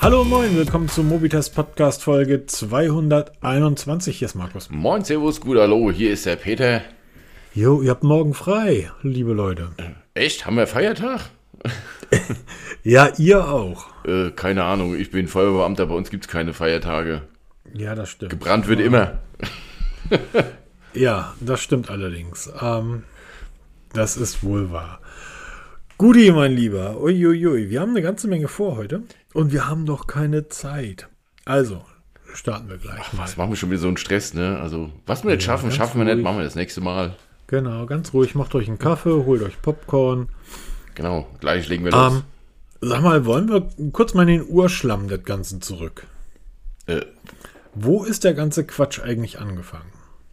Hallo moin, willkommen zum Mobitest Podcast Folge 221. Hier ist Markus. Moin, servus, gut, hallo, hier ist der Peter. Jo, ihr habt morgen frei, liebe Leute. Echt? Haben wir Feiertag? Ja, ihr auch. Keine Ahnung, ich bin Feuerwehrbeamter, bei uns gibt es keine Feiertage. Ja, das stimmt. Gebrannt wird immer. Ja, das stimmt allerdings. Das ist wohl wahr. Guti, mein Lieber. Uiuiui, wir haben eine ganze Menge vor heute und wir haben noch keine Zeit. Also, starten wir gleich mal. Was machen wir schon wieder so einen Stress, ne? Also, was wir nicht schaffen wir ruhig. nicht, machen wir das nächste Mal. Genau, ganz ruhig. Macht euch einen Kaffee, holt euch Popcorn. Genau, gleich legen wir los. Sag mal, wollen wir kurz mal in den Urschlamm des Ganzen zurück? Wo ist der ganze Quatsch eigentlich angefangen?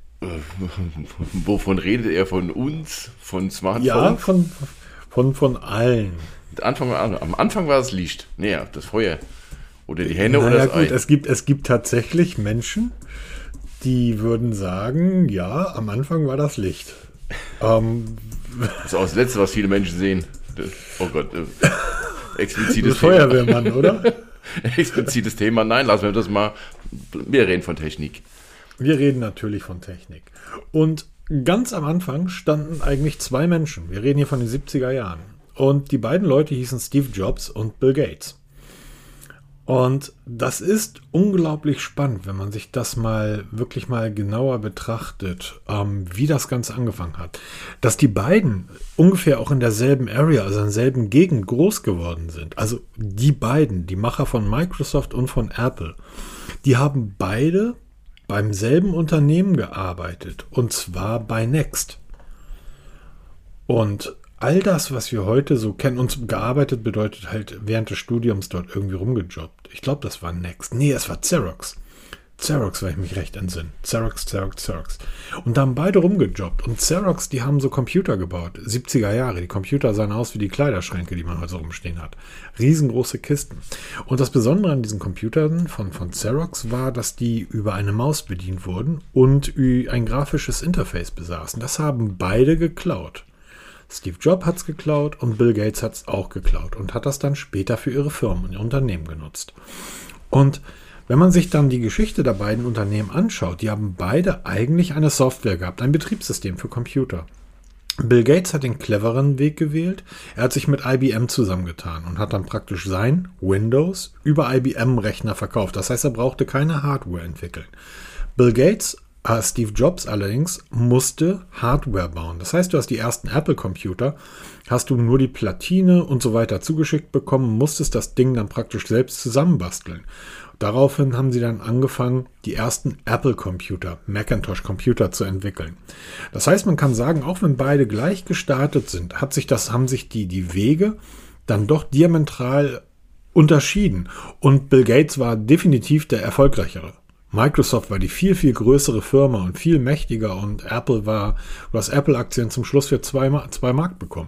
Wovon redet er? Von uns? Von Smartphones? Ja, von allen. Am Anfang war das Licht. Nee, das Feuer. Oder die Henne oder das gut, Ei. es gibt tatsächlich Menschen, die würden sagen, ja, am Anfang war das Licht. Das ist auch das Letzte, was viele Menschen sehen. Oh Gott. Explizites Thema. Feuerwehrmann, oder? Explizites Thema. Nein, lassen wir das mal. Wir reden von Technik. Wir reden natürlich von Technik. Und ganz am Anfang standen eigentlich zwei Menschen. Wir reden hier von den 70er Jahren. Und die beiden Leute hießen Steve Jobs und Bill Gates. Und das ist unglaublich spannend, wenn man sich das mal wirklich mal genauer betrachtet, wie das Ganze angefangen hat. Dass die beiden ungefähr auch in derselben Area, also in derselben Gegend groß geworden sind. Also die beiden, die Macher von Microsoft und von Apple, die haben beide beim selben Unternehmen gearbeitet. Und zwar bei Next. Und all das, was wir heute so kennen, uns gearbeitet bedeutet halt während des Studiums dort irgendwie rumgejobbt. Ich glaube, das war Next. Nee, es war Xerox. Xerox, weil ich mich recht entsinne. Xerox. Und da haben beide rumgejobbt. Und Xerox, die haben so Computer gebaut. 70er Jahre. Die Computer sahen aus wie die Kleiderschränke, die man heute so rumstehen hat. Riesengroße Kisten. Und das Besondere an diesen Computern von Xerox war, dass die über eine Maus bedient wurden und ein grafisches Interface besaßen. Das haben beide geklaut. Steve Jobs hat es geklaut und Bill Gates hat es auch geklaut und hat das dann später für ihre Firmen und ihr Unternehmen genutzt. Und wenn man sich dann die Geschichte der beiden Unternehmen anschaut, die haben beide eigentlich eine Software gehabt, ein Betriebssystem für Computer. Bill Gates hat den cleveren Weg gewählt. Er hat sich mit IBM zusammengetan und hat dann praktisch sein Windows über IBM-Rechner verkauft. Das heißt, er brauchte keine Hardware entwickeln. Steve Jobs allerdings musste Hardware bauen. Das heißt, du hast die ersten Apple-Computer, hast du nur die Platine und so weiter zugeschickt bekommen, musstest das Ding dann praktisch selbst zusammenbasteln. Daraufhin haben sie dann angefangen, die ersten Apple-Computer, Macintosh-Computer zu entwickeln. Das heißt, man kann sagen, auch wenn beide gleich gestartet sind, haben sich die Wege dann doch diametral unterschieden. Und Bill Gates war definitiv der erfolgreichere. Microsoft war die viel, viel größere Firma und viel mächtiger und du hast Apple-Aktien zum Schluss für 2 Mark bekommen.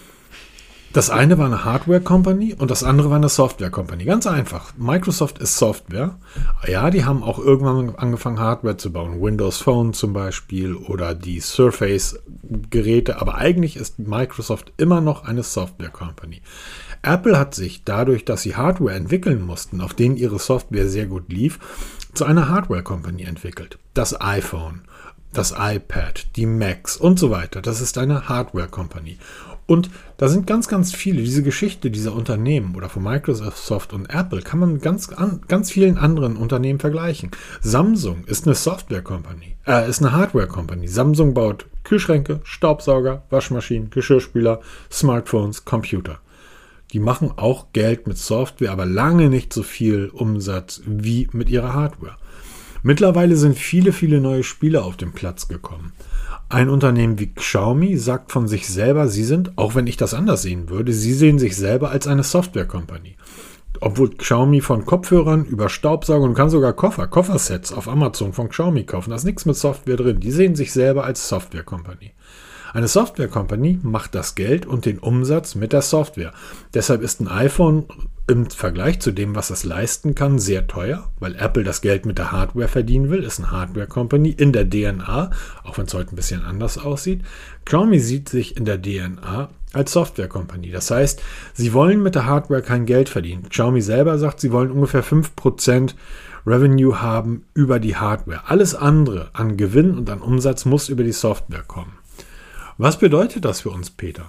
Das eine war eine Hardware-Company und das andere war eine Software-Company. Ganz einfach. Microsoft ist Software. Ja, die haben auch irgendwann angefangen, Hardware zu bauen. Windows Phone zum Beispiel oder die Surface-Geräte. Aber eigentlich ist Microsoft immer noch eine Software-Company. Apple hat sich dadurch, dass sie Hardware entwickeln mussten, auf denen ihre Software sehr gut lief, zu einer Hardware-Company entwickelt. Das iPhone, das iPad, die Macs und so weiter. Das ist eine Hardware-Company. Und da sind ganz, ganz viele, diese Geschichte dieser Unternehmen oder von Microsoft und Apple kann man mit ganz vielen anderen Unternehmen vergleichen. Samsung ist eine Software-Company, ist eine Hardware-Company. Samsung baut Kühlschränke, Staubsauger, Waschmaschinen, Geschirrspüler, Smartphones, Computer. Die machen auch Geld mit Software, aber lange nicht so viel Umsatz wie mit ihrer Hardware. Mittlerweile sind viele, viele neue Spiele auf den Platz gekommen. Ein Unternehmen wie Xiaomi sagt von sich selber, sie sind, auch wenn ich das anders sehen würde, sie sehen sich selber als eine Software-Company. Obwohl Xiaomi von Kopfhörern über Staubsauger und kann sogar Koffersets auf Amazon von Xiaomi kaufen. Da ist nichts mit Software drin. Die sehen sich selber als Software-Company. Eine Software Company macht das Geld und den Umsatz mit der Software. Deshalb ist ein iPhone im Vergleich zu dem, was es leisten kann, sehr teuer, weil Apple das Geld mit der Hardware verdienen will, ist eine Hardware Company in der DNA, auch wenn es heute ein bisschen anders aussieht. Xiaomi sieht sich in der DNA als Software Company. Das heißt, sie wollen mit der Hardware kein Geld verdienen. Xiaomi selber sagt, sie wollen ungefähr 5% Revenue haben über die Hardware. Alles andere an Gewinn und an Umsatz muss über die Software kommen. Was bedeutet das für uns, Peter?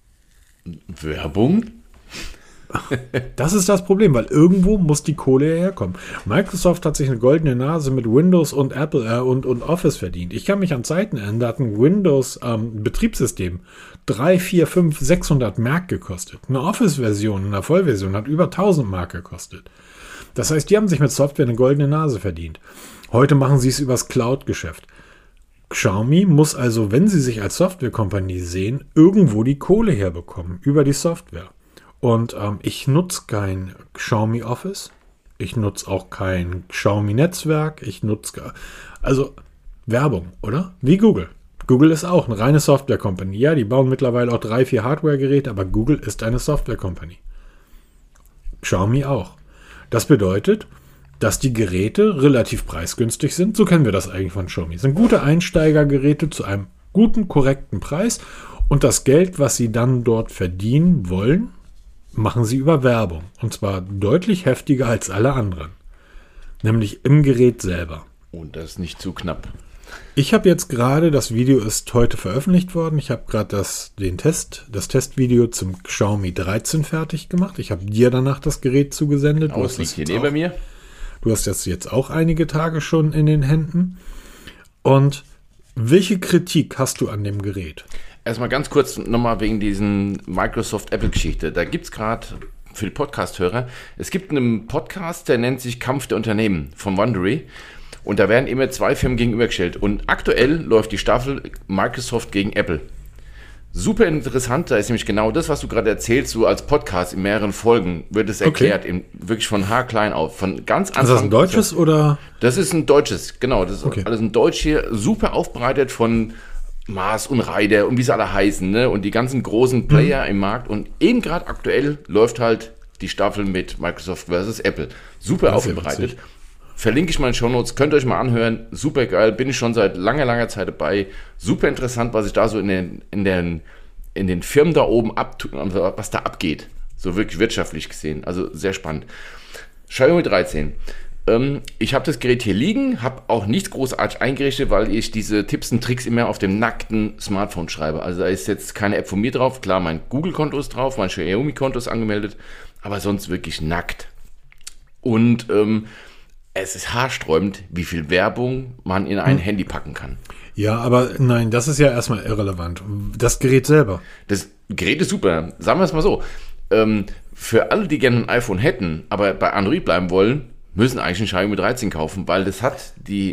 Werbung? Das ist das Problem, weil irgendwo muss die Kohle herkommen. Microsoft hat sich eine goldene Nase mit Windows und Apple und Office verdient. Ich kann mich an Zeiten erinnern, da hat ein Windows-Betriebssystem 3, 4, 5, 600 Mark gekostet. Eine Office-Version, eine Vollversion hat über 1000 Mark gekostet. Das heißt, die haben sich mit Software eine goldene Nase verdient. Heute machen sie es übers Cloud-Geschäft. Xiaomi muss also, wenn sie sich als Software-Kompanie sehen, irgendwo die Kohle herbekommen über die Software. Und ich nutze kein Xiaomi Office, ich nutze auch kein Xiaomi Netzwerk, also Werbung, oder? Wie Google. Google ist auch eine reine Software-Company. Ja, die bauen mittlerweile auch 3, 4 Hardware-Geräte, aber Google ist eine Software-Company. Xiaomi auch. Das bedeutet, dass die Geräte relativ preisgünstig sind. So kennen wir das eigentlich von Xiaomi. Das sind gute Einsteigergeräte zu einem guten, korrekten Preis. Und das Geld, was sie dann dort verdienen wollen, machen sie über Werbung. Und zwar deutlich heftiger als alle anderen. Nämlich im Gerät selber. Und das ist nicht zu knapp. Ich habe jetzt gerade, das Video ist heute veröffentlicht worden, ich habe gerade das Testvideo zum Xiaomi 13 fertig gemacht. Ich habe dir danach das Gerät zugesendet. Das liegt hier neben mir. Du hast das jetzt auch einige Tage schon in den Händen. Und welche Kritik hast du an dem Gerät? Erstmal ganz kurz nochmal wegen diesen Microsoft-Apple-Geschichte. Da gibt es gerade für die Podcast-Hörer, es gibt einen Podcast, der nennt sich Kampf der Unternehmen von Wondery. Und da werden immer 2 Firmen gegenübergestellt. Und aktuell läuft die Staffel Microsoft gegen Apple. Super interessant, da ist nämlich genau das, was du gerade erzählst, so als Podcast in mehreren Folgen wird es erklärt, wirklich von haarklein auf, von ganz Anfang. Ist das ein deutsches oder? Das ist ein deutsches, genau, das ist alles ein Deutsch hier, super aufbereitet von Mars und Ryder und wie sie alle heißen, ne? Und die ganzen großen Player im Markt. Und eben gerade aktuell läuft halt die Staffel mit Microsoft versus Apple. Super aufbereitet. Verlinke ich mal in den Shownotes, könnt ihr euch mal anhören. Super geil, bin ich schon seit langer Zeit dabei. Super interessant, was ich da so in den Firmen da oben was da abgeht. So wirklich wirtschaftlich gesehen. Also sehr spannend. Xiaomi 13. Ich habe das Gerät hier liegen, habe auch nichts großartig eingerichtet, weil ich diese Tipps und Tricks immer auf dem nackten Smartphone schreibe. Also da ist jetzt keine App von mir drauf. Klar, mein Google-Konto ist drauf, mein Xiaomi-Konto ist angemeldet, aber sonst wirklich nackt. Und es ist haarsträubend, wie viel Werbung man in ein Handy packen kann. Ja, aber nein, das ist ja erstmal irrelevant. Das Gerät selber. Das Gerät ist super. Sagen wir es mal so. Für alle, die gerne ein iPhone hätten, aber bei Android bleiben wollen, müssen eigentlich ein Xiaomi 13 kaufen, weil das hat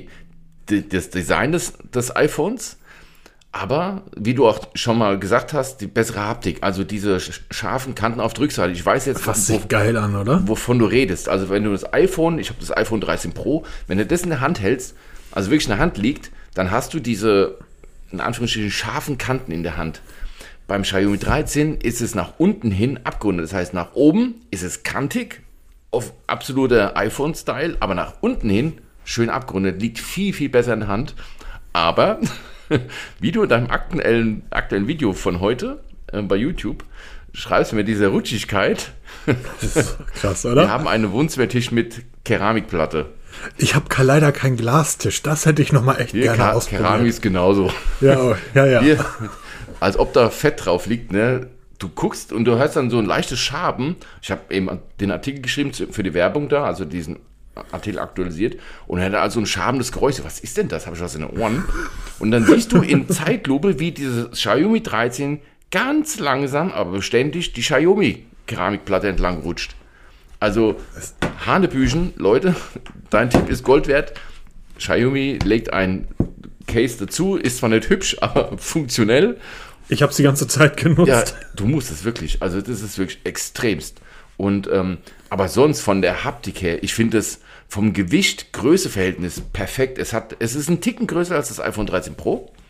das Design des iPhones, aber wie du auch schon mal gesagt hast, die bessere Haptik, also diese scharfen Kanten auf der Rückseite. Ich weiß jetzt, was sieht geil an, oder? Wovon du redest. Also wenn du ich habe das iPhone 13 Pro, wenn du das in der Hand hältst, also wirklich in der Hand liegt, dann hast du diese, in Anführungsstrichen, scharfen Kanten in der Hand. Beim Xiaomi 13 ist es nach unten hin abgerundet. Das heißt, nach oben ist es kantig, auf absoluter iPhone-Style, aber nach unten hin schön abgerundet, liegt viel, viel besser in der Hand. Aber wie du in deinem aktuellen Video von heute bei YouTube schreibst mir diese Rutschigkeit. Das ist krass, oder? Wir haben einen Wohnzimmertisch mit Keramikplatte. Ich habe leider keinen Glastisch. Das hätte ich nochmal echt gerne ausprobiert. Keramik ist genauso. Ja. Hier, als ob da Fett drauf liegt, ne? Du guckst und du hörst dann so ein leichtes Schaben. Ich habe eben den Artikel geschrieben für die Werbung da, also diesen Artikel aktualisiert, und er hatte also ein schabendes Geräusch. Was ist denn das? Habe ich was in den Ohren? Und dann siehst du in Zeitlupe, wie dieses Xiaomi 13 ganz langsam, aber beständig die Xiaomi-Keramikplatte entlang rutscht. Also Hanebüchen, Leute, dein Tipp ist Gold wert. Xiaomi legt ein Case dazu, ist zwar nicht hübsch, aber funktionell. Ich habe es die ganze Zeit genutzt. Ja, du musst es wirklich. Also das ist wirklich extremst. Und aber sonst von der Haptik her, ich finde es vom Gewicht-Größe-Verhältnis perfekt. Es ist ein Ticken größer als das iPhone 13 Pro,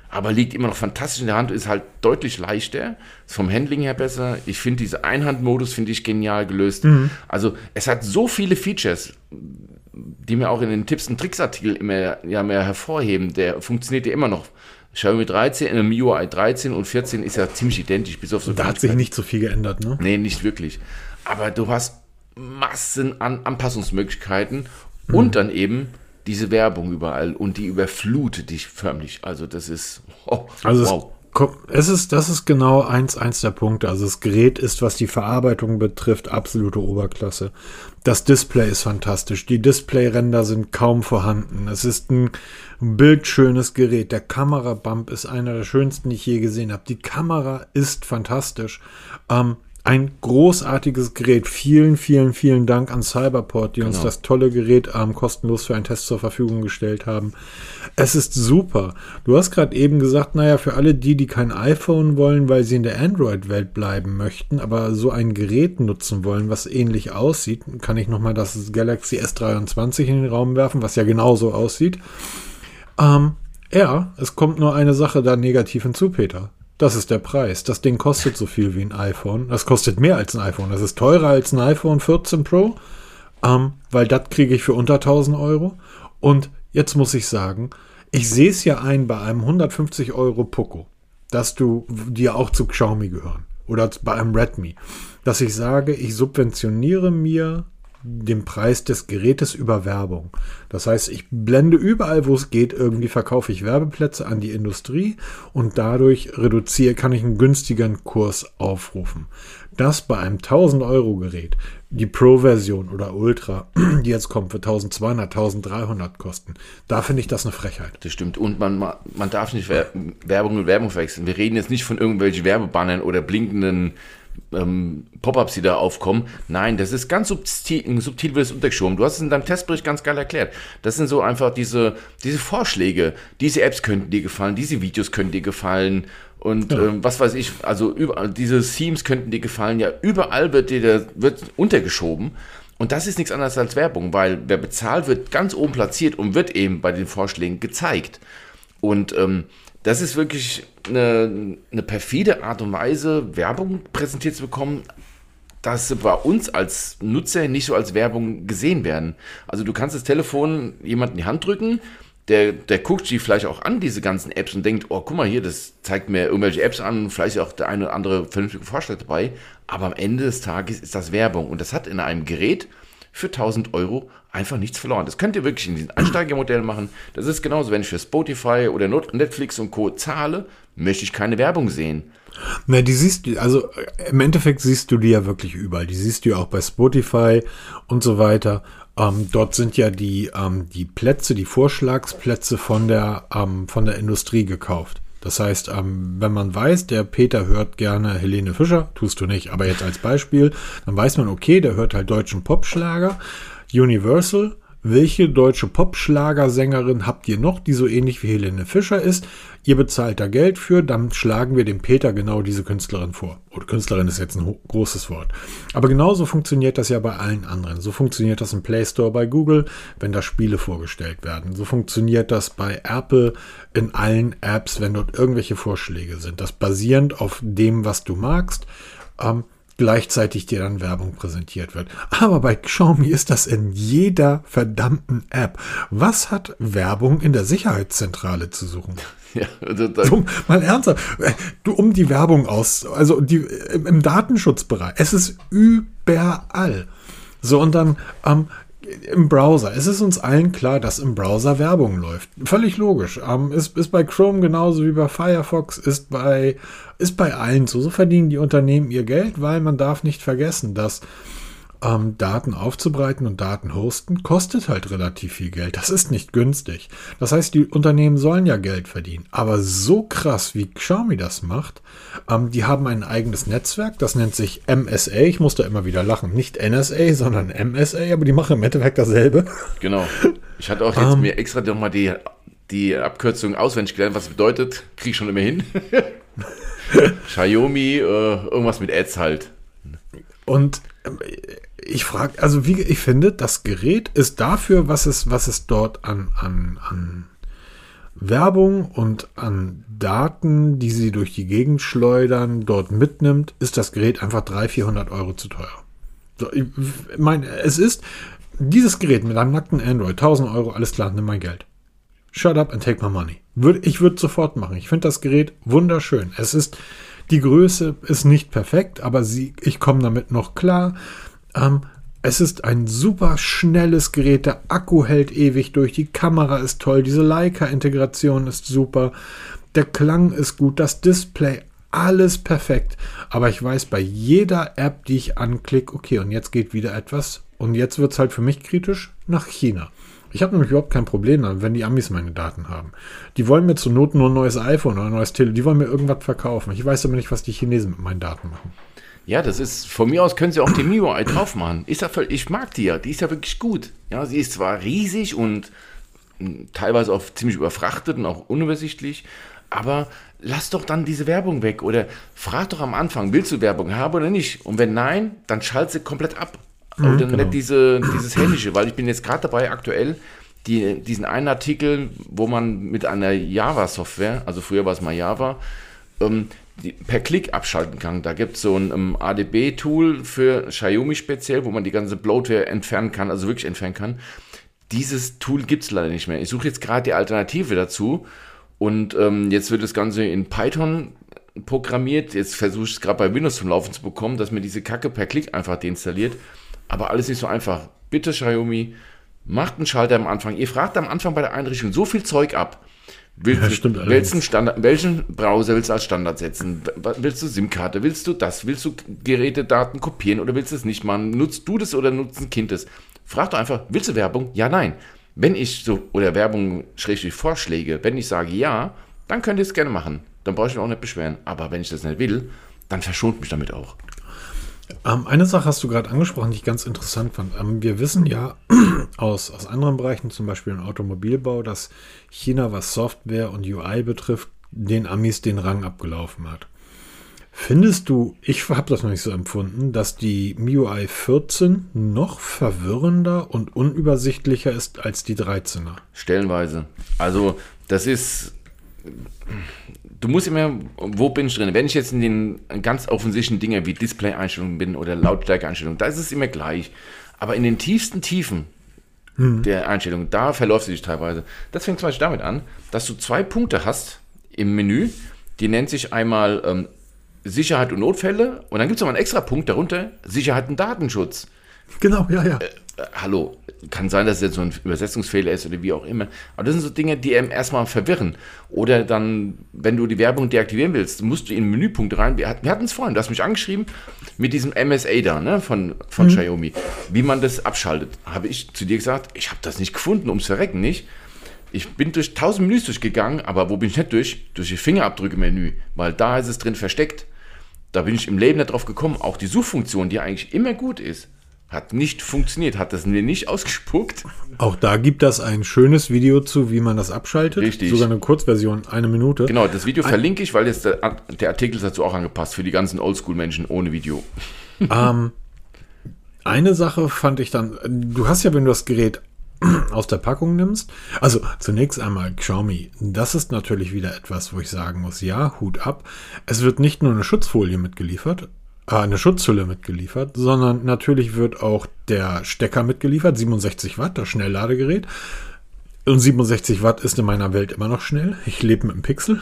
aber liegt immer noch fantastisch in der Hand, ist halt deutlich leichter, ist vom Handling her besser. Ich finde diese Einhandmodus, finde ich genial gelöst. Also es hat so viele Features, die mir auch in den Tipps und Tricks-Artikel immer mehr hervorheben. Der funktioniert ja immer noch. Xiaomi 13, MIUI 13 und 14 ist ja ziemlich identisch, bis auf so. Da hat sich nicht so viel geändert, ne? Nee, nicht wirklich. Aber du hast Massen an Anpassungsmöglichkeiten und dann eben diese Werbung überall und die überflutet dich förmlich. Also das ist wow. Das ist genau eins der Punkte. Also das Gerät ist, was die Verarbeitung betrifft, absolute Oberklasse. Das Display ist fantastisch. Die Displayränder sind kaum vorhanden. Es ist ein bildschönes Gerät. Der Kamerabump ist einer der schönsten, die ich je gesehen habe. Die Kamera ist fantastisch. Ein großartiges Gerät. Vielen, vielen, vielen Dank an Cyberport, die uns das tolle Gerät kostenlos für einen Test zur Verfügung gestellt haben. Es ist super. Du hast gerade eben gesagt, naja, für alle die kein iPhone wollen, weil sie in der Android-Welt bleiben möchten, aber so ein Gerät nutzen wollen, was ähnlich aussieht, kann ich nochmal das Galaxy S23 in den Raum werfen, was ja genauso aussieht. Es kommt nur eine Sache da negativ hinzu, Peter. Das ist der Preis. Das Ding kostet so viel wie ein iPhone. Das kostet mehr als ein iPhone. Das ist teurer als ein iPhone 14 Pro, weil das kriege ich für unter 1.000 Euro. Und jetzt muss ich sagen, ich sehe es ja ein bei einem 150 Euro Poco, die ja auch zu Xiaomi gehören. Oder bei einem Redmi. Dass ich sage, ich subventioniere mir den Preis des Gerätes über Werbung. Das heißt, ich blende überall, wo es geht, irgendwie verkaufe ich Werbeplätze an die Industrie und dadurch kann ich einen günstigeren Kurs aufrufen. Das bei einem 1.000 Euro Gerät, die Pro-Version oder Ultra, die jetzt kommt, für 1.200, 1.300 kosten, da finde ich das eine Frechheit. Das stimmt. Und man darf nicht Werbung mit Werbung verwechseln. Wir reden jetzt nicht von irgendwelchen Werbebannern oder blinkenden Pop-ups, die da aufkommen. Nein, das ist ganz subtil wird es untergeschoben. Du hast es in deinem Testbericht ganz geil erklärt. Das sind so einfach diese Vorschläge. Diese Apps könnten dir gefallen, diese Videos könnten dir gefallen und was weiß ich, also überall diese Themes könnten dir gefallen. Ja, überall wird untergeschoben. Und das ist nichts anderes als Werbung, weil wer bezahlt, wird ganz oben platziert und wird eben bei den Vorschlägen gezeigt. Und das ist wirklich eine perfide Art und Weise, Werbung präsentiert zu bekommen, dass sie bei uns als Nutzer nicht so als Werbung gesehen werden. Also du kannst das Telefon jemandem in die Hand drücken, der guckt sich vielleicht auch an, diese ganzen Apps, und denkt, oh, guck mal hier, das zeigt mir irgendwelche Apps an, vielleicht auch der eine oder andere vernünftige Vorschlag dabei, aber am Ende des Tages ist das Werbung und das hat in einem Gerät für 1.000 Euro einfach nichts verloren. Das könnt ihr wirklich in diesem Einsteigermodell machen. Das ist genauso, wenn ich für Spotify oder Netflix und Co. zahle, möchte ich keine Werbung sehen. Na, die siehst du, also im Endeffekt siehst du die ja wirklich überall. Die siehst du ja auch bei Spotify und so weiter. Dort sind ja die Plätze, die Vorschlagsplätze von der Industrie gekauft. Das heißt, wenn man weiß, der Peter hört gerne Helene Fischer, tust du nicht, aber jetzt als Beispiel, dann weiß man, okay, der hört halt deutschen Popschlager, Universal. Welche deutsche Popschlagersängerin habt ihr noch, die so ähnlich wie Helene Fischer ist? Ihr bezahlt da Geld für, dann schlagen wir dem Peter genau diese Künstlerin vor. Oder Künstlerin ist jetzt ein großes Wort. Aber genauso funktioniert das ja bei allen anderen. So funktioniert das im Play Store bei Google, wenn da Spiele vorgestellt werden. So funktioniert das bei Apple in allen Apps, wenn dort irgendwelche Vorschläge sind. Das basierend auf dem, was du magst, gleichzeitig dir dann Werbung präsentiert wird. Aber bei Xiaomi ist das in jeder verdammten App. Was hat Werbung in der Sicherheitszentrale zu suchen? Ja, also mal ernsthaft, um die Werbung im Datenschutzbereich, es ist überall. So, und dann im Browser. Es ist uns allen klar, dass im Browser Werbung läuft. Völlig logisch. Ist bei Chrome genauso wie bei Firefox, ist bei allen so. So verdienen die Unternehmen ihr Geld, weil man darf nicht vergessen, dass Daten aufzubereiten und Daten hosten kostet halt relativ viel Geld. Das ist nicht günstig. Das heißt, die Unternehmen sollen ja Geld verdienen. Aber so krass, wie Xiaomi das macht, die haben ein eigenes Netzwerk, das nennt sich MSA. Ich muss da immer wieder lachen. Nicht NSA, sondern MSA, aber die machen im Endeffekt dasselbe. Genau. Ich hatte auch jetzt mir extra nochmal die Abkürzung auswendig gelernt, was das bedeutet. Kriege ich schon immer hin. Xiaomi, irgendwas mit Ads halt. Und ich frage, also ich finde, das Gerät ist dafür, was es dort an Werbung und an Daten, die sie durch die Gegend schleudern, dort mitnimmt, ist das Gerät einfach 300-400 Euro zu teuer. So, ich meine, es ist dieses Gerät mit einem nackten Android, 1000 Euro, alles klar, nimm mein Geld. Shut up and take my money. Ich würde sofort machen. Ich finde das Gerät wunderschön. Die Größe ist nicht perfekt, aber ich komme damit noch klar. Es ist ein super schnelles Gerät. Der Akku hält ewig durch. Die Kamera ist toll. Diese Leica-Integration ist super. Der Klang ist gut. Das Display, alles perfekt. Aber ich weiß bei jeder App, die ich anklicke, okay, und jetzt geht wieder etwas. Und jetzt wird es halt für mich kritisch nach China. Ich habe nämlich überhaupt kein Problem damit, wenn die Amis meine Daten haben. Die wollen mir zur Not nur ein neues iPhone oder ein neues Telefon. Die wollen mir irgendwas verkaufen. Ich weiß aber nicht, was die Chinesen mit meinen Daten machen. Ja, das ist, von mir aus können sie auch die MIUI drauf machen. Ich mag die ja, die ist ja wirklich gut. Ja, sie ist zwar riesig und teilweise auch ziemlich überfrachtet und auch unübersichtlich, aber lass doch dann diese Werbung weg oder frag doch am Anfang, willst du Werbung haben oder nicht? Und wenn nein, dann schalt sie komplett ab. Oder genau. Nicht dieses Händische, weil ich bin jetzt gerade dabei aktuell, diesen einen Artikel, wo man mit einer Java-Software, also früher war es mal Java, per Klick abschalten kann. Da gibt es so ein ADB-Tool für Xiaomi speziell, wo man die ganze Bloatware entfernen kann, also wirklich entfernen kann. Dieses Tool gibt es leider nicht mehr. Ich suche jetzt gerade die Alternative dazu und jetzt wird das Ganze in Python programmiert. Jetzt versuche ich es gerade bei Windows zum Laufen zu bekommen, dass mir diese Kacke per Klick einfach deinstalliert. Aber alles nicht so einfach. Bitte Xiaomi, macht einen Schalter am Anfang. Ihr fragt am Anfang bei der Einrichtung so viel Zeug ab. Welchen Browser willst du als Standard setzen? Willst du SIM-Karte? Willst du das? Willst du Gerätedaten kopieren oder willst du es nicht machen? Nutzt du das oder nutzt ein Kind das? Frag doch einfach, willst du Werbung? Ja, nein. Wenn ich oder Werbung Vorschläge, wenn ich sage ja, dann könnt ihr es gerne machen. Dann brauche ich mich auch nicht beschweren. Aber wenn ich das nicht will, dann verschont mich damit auch. Eine Sache hast du gerade angesprochen, die ich ganz interessant fand. Wir wissen ja aus anderen Bereichen, zum Beispiel im Automobilbau, dass China, was Software und UI betrifft, den Amis den Rang abgelaufen hat. Findest du, ich habe das noch nicht so empfunden, dass die MIUI 14 noch verwirrender und unübersichtlicher ist als die 13er? Stellenweise. Also das ist... Du musst immer, wo bin ich drin? Wenn ich jetzt in den ganz offensichtlichen Dingen wie Display-Einstellungen bin oder Lautstärke-Einstellungen, da ist es immer gleich. Aber in den tiefsten Tiefen der Einstellung, da verläuft sie sich teilweise. Das fängt zum Beispiel damit an, dass du 2 Punkte hast im Menü, die nennt sich einmal Sicherheit und Notfälle und dann gibt es noch einen extra Punkt darunter, Sicherheit und Datenschutz. Genau, ja. Hallo, kann sein, dass es jetzt so ein Übersetzungsfehler ist oder wie auch immer. Aber das sind so Dinge, die einem erstmal verwirren. Oder dann, wenn du die Werbung deaktivieren willst, musst du in den Menüpunkt rein. Wir hatten es vorhin, du hast mich angeschrieben mit diesem MSA da, ne, von Xiaomi. Wie man das abschaltet, habe ich zu dir gesagt, ich habe das nicht gefunden, ums Verrecken nicht. Ich bin durch 1000 Menüs durchgegangen, aber wo bin ich nicht durch? Durch die Fingerabdrücke-Menü, weil da ist es drin versteckt. Da bin ich im Leben nicht drauf gekommen. Auch die Suchfunktion, die eigentlich immer gut ist, hat nicht funktioniert, hat das mir nicht ausgespuckt. Auch da gibt es ein schönes Video zu, wie man das abschaltet. Richtig. Sogar eine Kurzversion, 1 Minute. Genau, das Video verlinke ich, weil jetzt der Artikel ist dazu auch angepasst für die ganzen Oldschool-Menschen ohne Video. Eine Sache fand ich dann, du hast ja, wenn du das Gerät aus der Packung nimmst, also zunächst einmal Xiaomi, das ist natürlich wieder etwas, wo ich sagen muss, ja, Hut ab. Es wird nicht nur eine Schutzfolie mitgeliefert, eine Schutzhülle mitgeliefert, sondern natürlich wird auch der Stecker mitgeliefert, 67 Watt, das Schnellladegerät. Und 67 Watt ist in meiner Welt immer noch schnell. Ich lebe mit einem Pixel.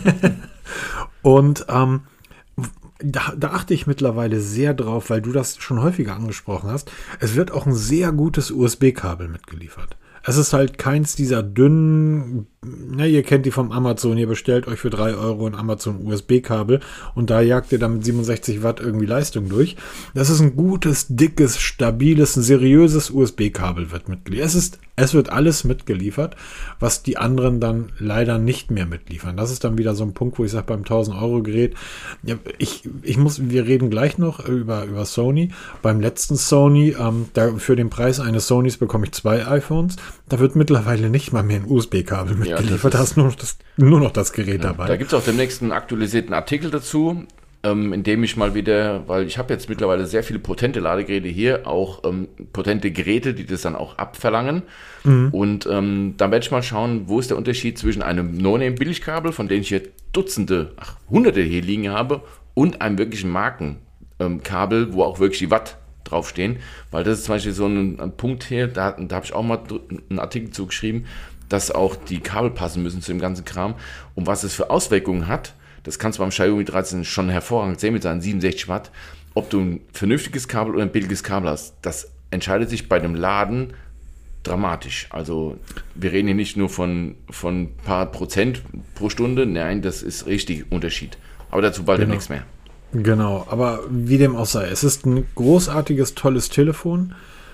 Und da achte ich mittlerweile sehr drauf, weil du das schon häufiger angesprochen hast. Es wird auch ein sehr gutes USB-Kabel mitgeliefert. Es ist halt keins dieser dünnen, ihr kennt die vom Amazon, ihr bestellt euch für 3 Euro ein Amazon USB-Kabel und da jagt ihr dann mit 67 Watt irgendwie Leistung durch. Das ist ein gutes, dickes, stabiles, ein seriöses USB-Kabel wird mitgeliefert. Es wird alles mitgeliefert, was die anderen dann leider nicht mehr mitliefern. Das ist dann wieder so ein Punkt, wo ich sage, beim 1000-Euro-Gerät, ja, wir reden gleich noch über Sony. Beim letzten Sony, für den Preis eines Sonys bekomme ich 2 iPhones. Da wird mittlerweile nicht mal mehr ein USB-Kabel mitgeliefert. Da ist nur noch das Gerät dabei. Da gibt es auch demnächst einen aktualisierten Artikel dazu. indem ich mal wieder, weil ich habe jetzt mittlerweile sehr viele potente Ladegeräte hier, auch potente Geräte, die das dann auch abverlangen. Und dann werde ich mal schauen, wo ist der Unterschied zwischen einem No-Name-Billigkabel, von denen ich hier Dutzende, Hunderte hier liegen habe, und einem wirklichen Markenkabel, wo auch wirklich die Watt draufstehen. Weil das ist zum Beispiel so ein Punkt hier, da habe ich auch mal einen Artikel zugeschrieben, dass auch die Kabel passen müssen zu dem ganzen Kram. Und was es für Auswirkungen hat, das kannst du beim Xiaomi 13 schon hervorragend sehen mit seinen 67 Watt, ob du ein vernünftiges Kabel oder ein billiges Kabel hast. Das entscheidet sich bei dem Laden dramatisch. Also wir reden hier nicht nur von ein paar Prozent pro Stunde, nein, das ist richtig Unterschied. Aber dazu bald nichts mehr. Genau, aber wie dem auch sei, es ist ein großartiges, tolles Telefon.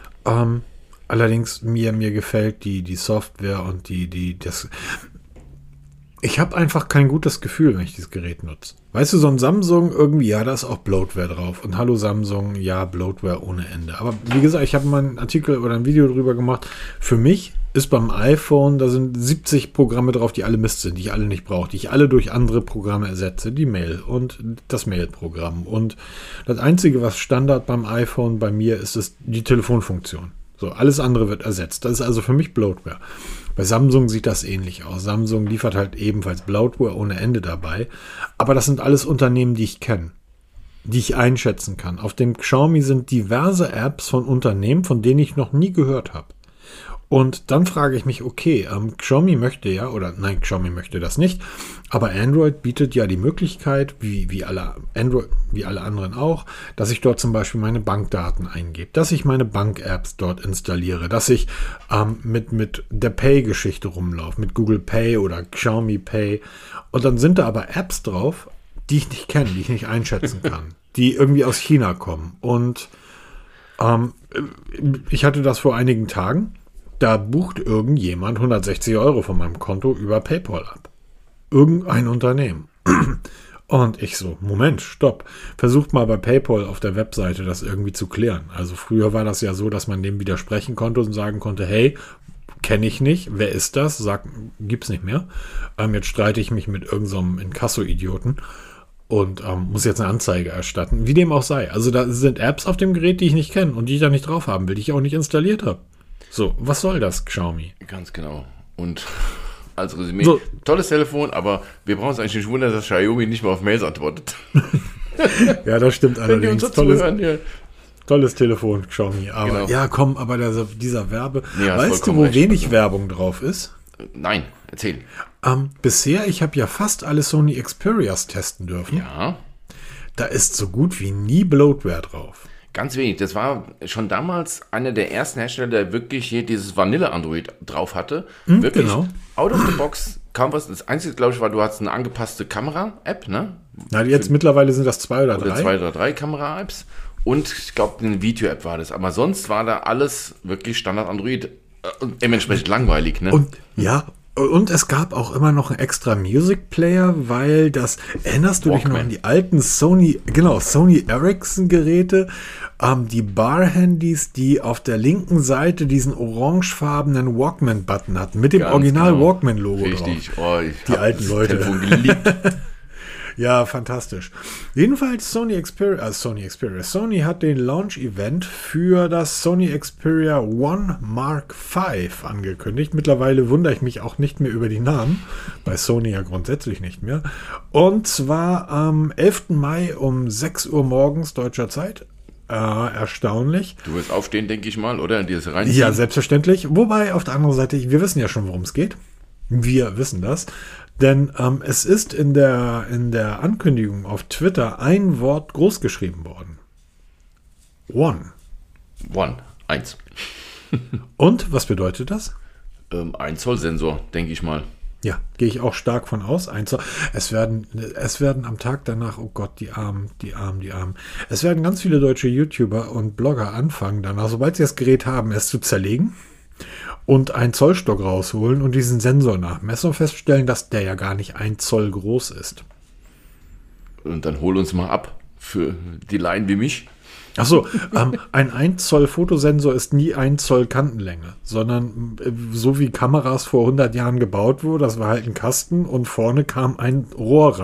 Allerdings mir gefällt die Software und das. Ich habe einfach kein gutes Gefühl, wenn ich dieses Gerät nutze. Weißt du, so ein Samsung irgendwie, ja, da ist auch Bloatware drauf. Und hallo Samsung, ja, Bloatware ohne Ende. Aber wie gesagt, ich habe mal einen Artikel oder ein Video drüber gemacht. Für mich ist beim iPhone, da sind 70 Programme drauf, die alle Mist sind, die ich alle nicht brauche, die ich alle durch andere Programme ersetze. Die Mail und das Mail-Programm. Und das Einzige, was Standard beim iPhone bei mir ist die Telefonfunktion. So, alles andere wird ersetzt. Das ist also für mich Bloatware. Bei Samsung sieht das ähnlich aus. Samsung liefert halt ebenfalls Bloatware ohne Ende dabei. Aber das sind alles Unternehmen, die ich kenne, die ich einschätzen kann. Auf dem Xiaomi sind diverse Apps von Unternehmen, von denen ich noch nie gehört habe. Und dann frage ich mich, okay, Xiaomi möchte ja, oder nein, Xiaomi möchte das nicht, aber Android bietet ja die Möglichkeit, wie alle anderen auch, dass ich dort zum Beispiel meine Bankdaten eingebe, dass ich meine Bank-Apps dort installiere, dass ich mit der Pay-Geschichte rumlaufe, mit Google Pay oder Xiaomi Pay. Und dann sind da aber Apps drauf, die ich nicht kenne, die ich nicht einschätzen kann, die irgendwie aus China kommen. Und ich hatte das vor einigen Tagen. Da bucht irgendjemand 160 € von meinem Konto über PayPal ab. Irgendein Unternehmen. Und ich so, Moment, stopp. Versucht mal bei PayPal auf der Webseite das irgendwie zu klären. Also früher war das ja so, dass man dem widersprechen konnte und sagen konnte, hey, kenne ich nicht, wer ist das? Gibt's nicht mehr. Jetzt streite ich mich mit irgendeinem Inkasso-Idioten und muss jetzt eine Anzeige erstatten. Wie dem auch sei. Also da sind Apps auf dem Gerät, die ich nicht kenne und die ich da nicht drauf haben will, die ich auch nicht installiert habe. So, was soll das, Xiaomi? Ganz genau. Und als Resümee, tolles Telefon, aber wir brauchen uns eigentlich nicht wundern, dass Xiaomi nicht mehr auf Mails antwortet. Ja, das stimmt allerdings. Tolles, tolles Telefon, Xiaomi. Aber genau. Ja, komm, aber dieser Werbe... Ja, weißt du, wo wenig Werbung drauf ist? Nein, erzähl. Bisher, ich habe ja fast alle Sony Xperias testen dürfen. Ja. Da ist so gut wie nie Bloatware drauf. Ganz wenig. Das war schon damals einer der ersten Hersteller, der wirklich hier dieses Vanille-Android drauf hatte. Wirklich genau. Out of the box kaum was. Das Einzige, glaube ich, war, du hast eine angepasste Kamera-App, ne? Na, jetzt mittlerweile sind das 2 oder 3. Oder 2 oder 3 Kamera-Apps. Und ich glaube, eine Video-App war das. Aber sonst war da alles wirklich Standard-Android und dementsprechend langweilig, ne? Und ja, und es gab auch immer noch einen extra Music Player, weil erinnerst du dich noch an die alten Sony Ericsson Geräte, die Bar-Handys, die auf der linken Seite diesen orangefarbenen Walkman-Button hatten, mit dem Original Walkman-Logo drauf. Richtig, ich die alten Leute. Telefon geliebt. Ja, fantastisch. Jedenfalls Sony hat den Launch-Event für das Sony Xperia One Mark V angekündigt. Mittlerweile wundere ich mich auch nicht mehr über die Namen. Bei Sony ja grundsätzlich nicht mehr. Und zwar am 11. Mai um 6 Uhr morgens deutscher Zeit. Erstaunlich. Du wirst aufstehen, denke ich mal, oder? Dir das reinziehen? Ja, selbstverständlich. Wobei, auf der anderen Seite, wir wissen ja schon, worum es geht. Wir wissen das. Denn es ist in der Ankündigung auf Twitter ein Wort groß geschrieben worden. One. 1. Und, was bedeutet das? 1 Zoll Sensor, denke ich mal. Ja, gehe ich auch stark von aus. 1 Zoll. Es werden am Tag danach, oh Gott, die Armen. Es werden ganz viele deutsche YouTuber und Blogger anfangen danach, sobald sie das Gerät haben, es zu zerlegen und einen Zollstock rausholen und diesen Sensor nachmessen und feststellen, dass der ja gar nicht 1 Zoll groß ist. Und dann hol uns mal ab für die Laien wie mich. Achso, ein 1 Zoll Fotosensor ist nie 1 Zoll Kantenlänge, sondern so wie Kameras vor 100 Jahren gebaut wurden, das war halt ein Kasten und vorne kam ein Rohr rein,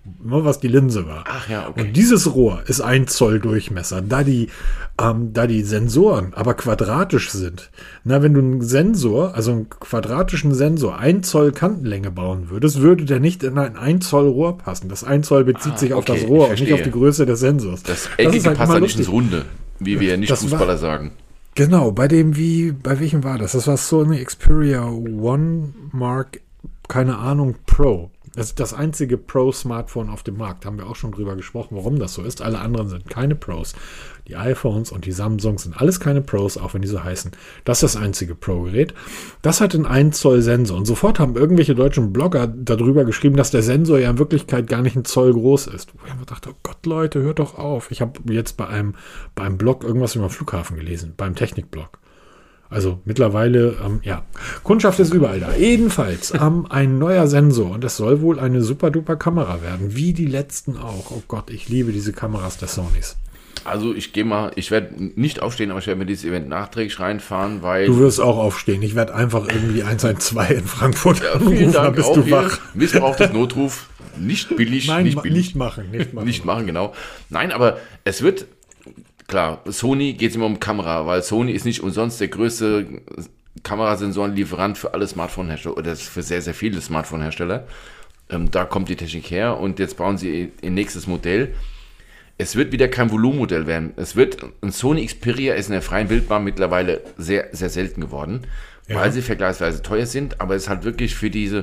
was die Linse war. Ach ja, okay. Und dieses Rohr ist 1 Zoll Durchmesser. Da die Sensoren aber quadratisch sind, wenn du einen Sensor, also einen quadratischen Sensor, 1 Zoll Kantenlänge bauen würdest, würde der nicht in ein 1 Zoll Rohr passen. Das 1 Zoll bezieht sich auf das Rohr und nicht auf die Größe des Sensors. Das Eckige passt halt nicht ins Runde, wie wir Nicht-Fußballer sagen. Genau, bei welchem war das? Das war Sony Xperia One Mark, keine Ahnung, Pro. Das ist das einzige Pro-Smartphone auf dem Markt. Haben wir auch schon drüber gesprochen, warum das so ist. Alle anderen sind keine Pros. Die iPhones und die Samsungs sind alles keine Pros, auch wenn die so heißen. Das ist das einzige Pro-Gerät. Das hat einen 1 Zoll Sensor. Und sofort haben irgendwelche deutschen Blogger darüber geschrieben, dass der Sensor ja in Wirklichkeit gar nicht ein Zoll groß ist. Wo ich mir dachte, oh Gott, Leute, hört doch auf. Ich habe jetzt bei einem Blog irgendwas über den Flughafen gelesen, beim Technikblog. Also mittlerweile, Kundschaft ist überall da. Jedenfalls ein neuer Sensor und es soll wohl eine super-duper Kamera werden, wie die letzten auch. Oh Gott, ich liebe diese Kameras der Sonys. Also ich werde nicht aufstehen, aber ich werde mir dieses Event nachträglich reinfahren, weil... Du wirst auch aufstehen. Ich werde einfach irgendwie 112 in Frankfurt vielen Dank, bist du wach. Missbrauchtes Notruf, nicht billig, Nein, nicht billig. Nicht machen. Nicht machen, genau. Nein, aber es wird... Klar, Sony geht es immer um Kamera, weil Sony ist nicht umsonst der größte Kamerasensorenlieferant für alle Smartphone-Hersteller oder für sehr, sehr viele Smartphone-Hersteller. Da kommt die Technik her und jetzt bauen sie ihr nächstes Modell. Es wird wieder kein Volumenmodell werden. Ein Sony Xperia ist in der freien Wildbahn mittlerweile sehr, sehr selten geworden, weil sie vergleichsweise teuer sind, aber es ist halt wirklich für diese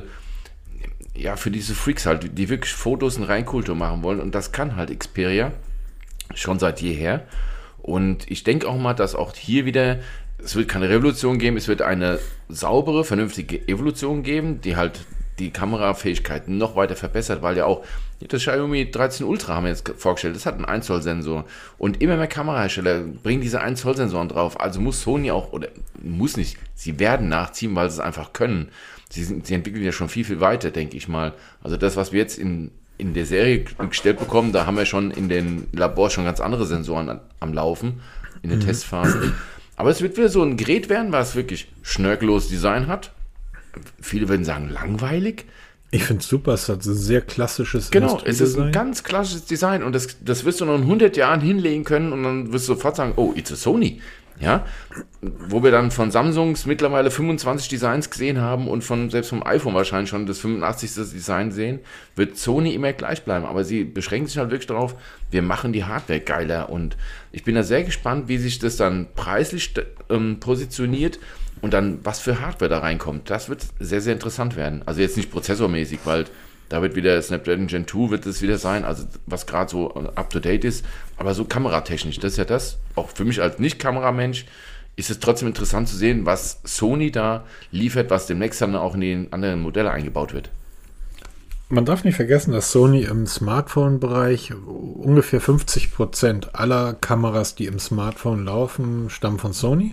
Freaks halt, die wirklich Fotos in Reinkultur machen wollen und das kann halt Xperia schon seit jeher. Und ich denke auch mal, dass auch hier wieder, es wird keine Revolution geben, es wird eine saubere, vernünftige Evolution geben, die halt die Kamerafähigkeiten noch weiter verbessert, weil ja auch das Xiaomi 13 Ultra haben wir jetzt vorgestellt, das hat einen 1 Zoll Sensor und immer mehr Kamerahersteller bringen diese 1 Zoll Sensoren drauf, also muss Sony auch, oder muss nicht, sie werden nachziehen, weil sie es einfach können. Sie entwickeln ja schon viel, viel weiter, denke ich mal. Also das, was wir jetzt in der Serie gestellt bekommen, da haben wir schon in den Labors schon ganz andere Sensoren am Laufen, in den Testphasen. Aber es wird wieder so ein Gerät werden, was wirklich schnörkelloses Design hat. Viele würden sagen, langweilig. Ich finde es super, es hat ein sehr klassisches Genau, es ist ein ganz klassisches Design und das wirst du noch in 100 Jahren hinlegen können und dann wirst du sofort sagen, oh, it's a Sony. Ja, wo wir dann von Samsungs mittlerweile 25 Designs gesehen haben und selbst vom iPhone wahrscheinlich schon das 85. Design sehen, wird Sony immer gleich bleiben. Aber sie beschränken sich halt wirklich darauf, wir machen die Hardware geiler. Und ich bin da sehr gespannt, wie sich das dann preislich positioniert und dann was für Hardware da reinkommt. Das wird sehr, sehr interessant werden. Also jetzt nicht prozessormäßig, weil da wird wieder Snapdragon Gen 2 wird es wieder sein, also was gerade so up-to-date ist, aber so kameratechnisch, das ist ja das, auch für mich als Nicht-Kameramensch, ist es trotzdem interessant zu sehen, was Sony da liefert, was demnächst dann auch in die anderen Modelle eingebaut wird. Man darf nicht vergessen, dass Sony im Smartphone-Bereich ungefähr 50% aller Kameras, die im Smartphone laufen, stammen von Sony,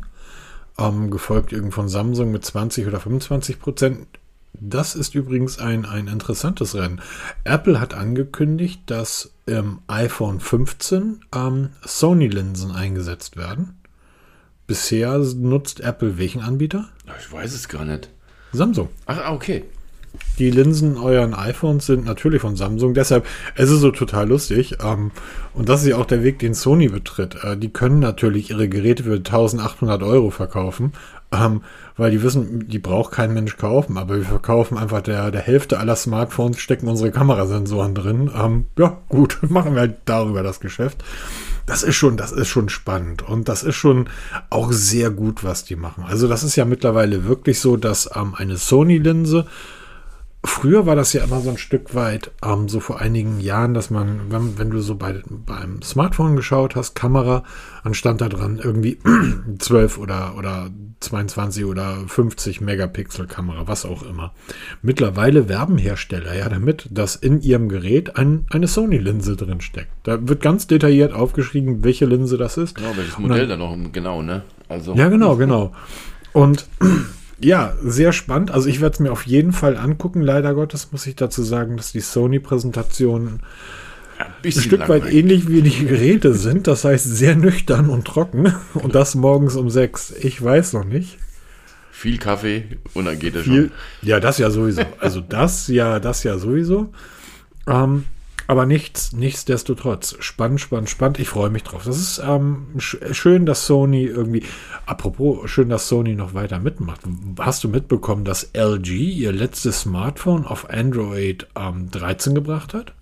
gefolgt irgend von Samsung mit 20 oder 25%. Das ist übrigens ein interessantes Rennen. Apple hat angekündigt, dass im iPhone 15 Sony-Linsen eingesetzt werden. Bisher nutzt Apple welchen Anbieter? Ich weiß es gar nicht. Samsung. Ach, okay. Die Linsen euren iPhones sind natürlich von Samsung. Deshalb, es ist so total lustig. Und das ist ja auch der Weg, den Sony betritt. Die können natürlich ihre Geräte für 1.800 € verkaufen. Weil die wissen, die braucht kein Mensch kaufen, aber wir verkaufen einfach der Hälfte aller Smartphones, stecken unsere Kamerasensoren drin. Ja, gut, machen wir halt darüber das Geschäft. Das ist schon spannend und das ist schon auch sehr gut, was die machen. Also das ist ja mittlerweile wirklich so, dass eine Sony-Linse, früher war das ja immer so ein Stück weit, so vor einigen Jahren, dass man, wenn du so beim Smartphone geschaut hast, Kamera, dann stand da dran irgendwie 12 oder 22 oder 50 Megapixel Kamera, was auch immer. Mittlerweile werben Hersteller ja damit, dass in ihrem Gerät eine Sony-Linse drin steckt. Da wird ganz detailliert aufgeschrieben, welche Linse das ist. Genau, welches Modell dann noch genau, ne? Also. Ja, genau. Und ja, sehr spannend. Also ich werde es mir auf jeden Fall angucken. Leider Gottes muss ich dazu sagen, dass die Sony-Präsentationen ein Stück weit ähnlich wie die Geräte sind. Das heißt sehr nüchtern und trocken. Und das morgens um 6. Ich weiß noch nicht. Viel Kaffee und dann geht es schon. Ja, das ja sowieso. Also das ja sowieso. Aber nichtsdestotrotz, spannend. Ich freue mich drauf. Das ist schön, dass Sony irgendwie, apropos, schön, dass Sony noch weiter mitmacht. Hast du mitbekommen, dass LG ihr letztes Smartphone auf Android 13 gebracht hat?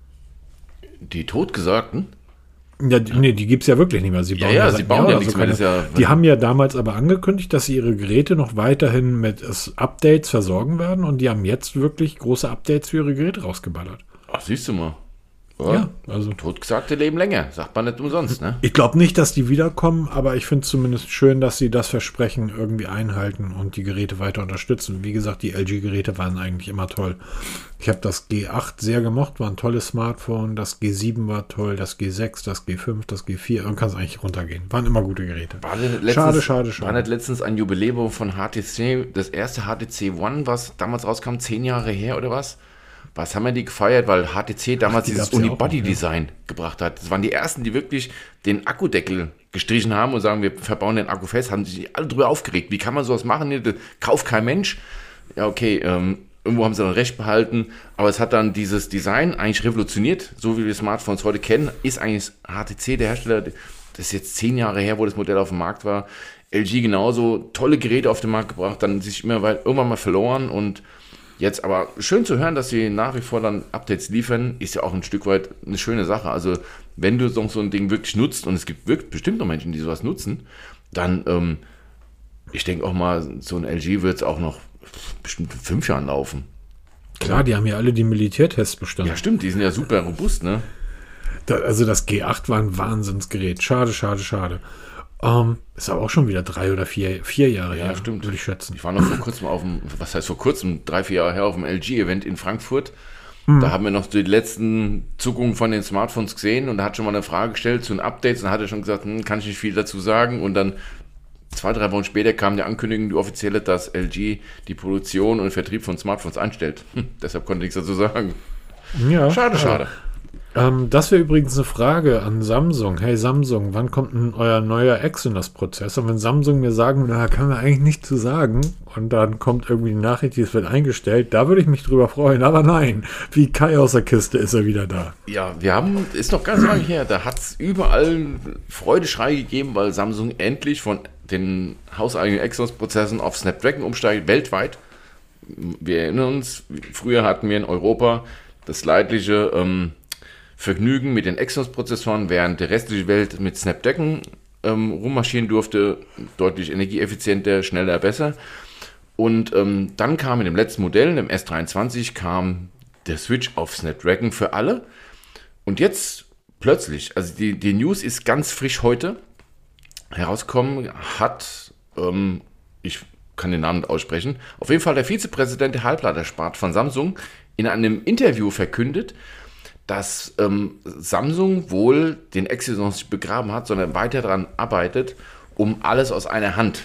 Die Totgesagten? Ja, nee, die gibt es ja wirklich nicht mehr. Sie bauen sie bauen ja nichts mehr. Die haben ja damals aber angekündigt, dass sie ihre Geräte noch weiterhin mit Updates versorgen werden und die haben jetzt wirklich große Updates für ihre Geräte rausgeballert. Ach, siehst du mal. Ja, also Totgesagte leben länger, sagt man nicht umsonst, ne? Ich glaube nicht, dass die wiederkommen, aber ich finde es zumindest schön, dass sie das Versprechen irgendwie einhalten und die Geräte weiter unterstützen. Wie gesagt, die LG-Geräte waren eigentlich immer toll. Ich habe das G8 sehr gemocht, war ein tolles Smartphone, das G7 war toll, das G6, das G5, das G4, man kann es eigentlich runtergehen. Waren immer gute Geräte. Schade. War nicht letztens ein Jubiläum von HTC, das erste HTC One, was damals rauskam, 10 Jahre her oder was? Was haben wir die gefeiert, weil HTC damals dieses Unibody-Design gebracht hat. Das waren die ersten, die wirklich den Akkudeckel gestrichen haben und sagen, wir verbauen den Akku fest, haben sich alle drüber aufgeregt. Wie kann man sowas machen? Das kauft kein Mensch. Ja, okay, irgendwo haben sie dann recht behalten, aber es hat dann dieses Design eigentlich revolutioniert, so wie wir Smartphones heute kennen, ist eigentlich HTC der Hersteller, das ist jetzt 10 Jahre her, wo das Modell auf dem Markt war. LG genauso, tolle Geräte auf den Markt gebracht, dann sich irgendwann mal verloren und jetzt aber schön zu hören, dass sie nach wie vor dann Updates liefern, ist ja auch ein Stück weit eine schöne Sache. Also wenn du so ein Ding wirklich nutzt, und es gibt wirklich bestimmt noch Menschen, die sowas nutzen, dann, ich denke auch mal, so ein LG wird es auch noch bestimmt 5 Jahren laufen. Klar, die haben ja alle die Militärtests bestanden. Ja stimmt, die sind ja super robust, ne? Also das G8 war ein Wahnsinnsgerät. Schade. Ist aber auch schon wieder 3 oder 4 Jahre her, stimmt. Würde ich schätzen. Ich war noch vor kurzem 3-4 Jahre her auf dem LG-Event in Frankfurt. Da haben wir noch die letzten Zuckungen von den Smartphones gesehen und da hat schon mal eine Frage gestellt zu den Updates und da hat er schon gesagt, kann ich nicht viel dazu sagen und dann 2-3 Wochen später kam die Ankündigung, die offizielle, dass LG die Produktion und den Vertrieb von Smartphones einstellt. Deshalb konnte ich nichts dazu sagen. Ja, Schade. Das wäre übrigens eine Frage an Samsung. Hey Samsung, wann kommt denn euer neuer Exynos-Prozessor? Wenn Samsung mir sagen, da kann man eigentlich nichts zu sagen und dann kommt irgendwie die Nachricht, es wird eingestellt, da würde ich mich drüber freuen. Aber nein, wie Kai aus der Kiste ist er wieder da. Ja, ist noch ganz lange her, da hat es überall Freudeschrei gegeben, weil Samsung endlich von den hauseigenen Exynos-Prozessen auf Snapdragon umsteigt, weltweit. Wir erinnern uns, früher hatten wir in Europa das leidliche Vergnügen mit den Exynos-Prozessoren, während die restliche Welt mit Snapdragon rummarschieren durfte, deutlich energieeffizienter, schneller, besser. Und dann kam in dem letzten Modell, dem S23, kam der Switch auf Snapdragon für alle. Und jetzt plötzlich, also die News ist ganz frisch heute herausgekommen, hat, ich kann den Namen nicht aussprechen, auf jeden Fall der Vizepräsident der Halbleitersparte von Samsung in einem Interview verkündet, dass Samsung wohl den Exynos nicht begraben hat, sondern weiter daran arbeitet, um alles aus einer Hand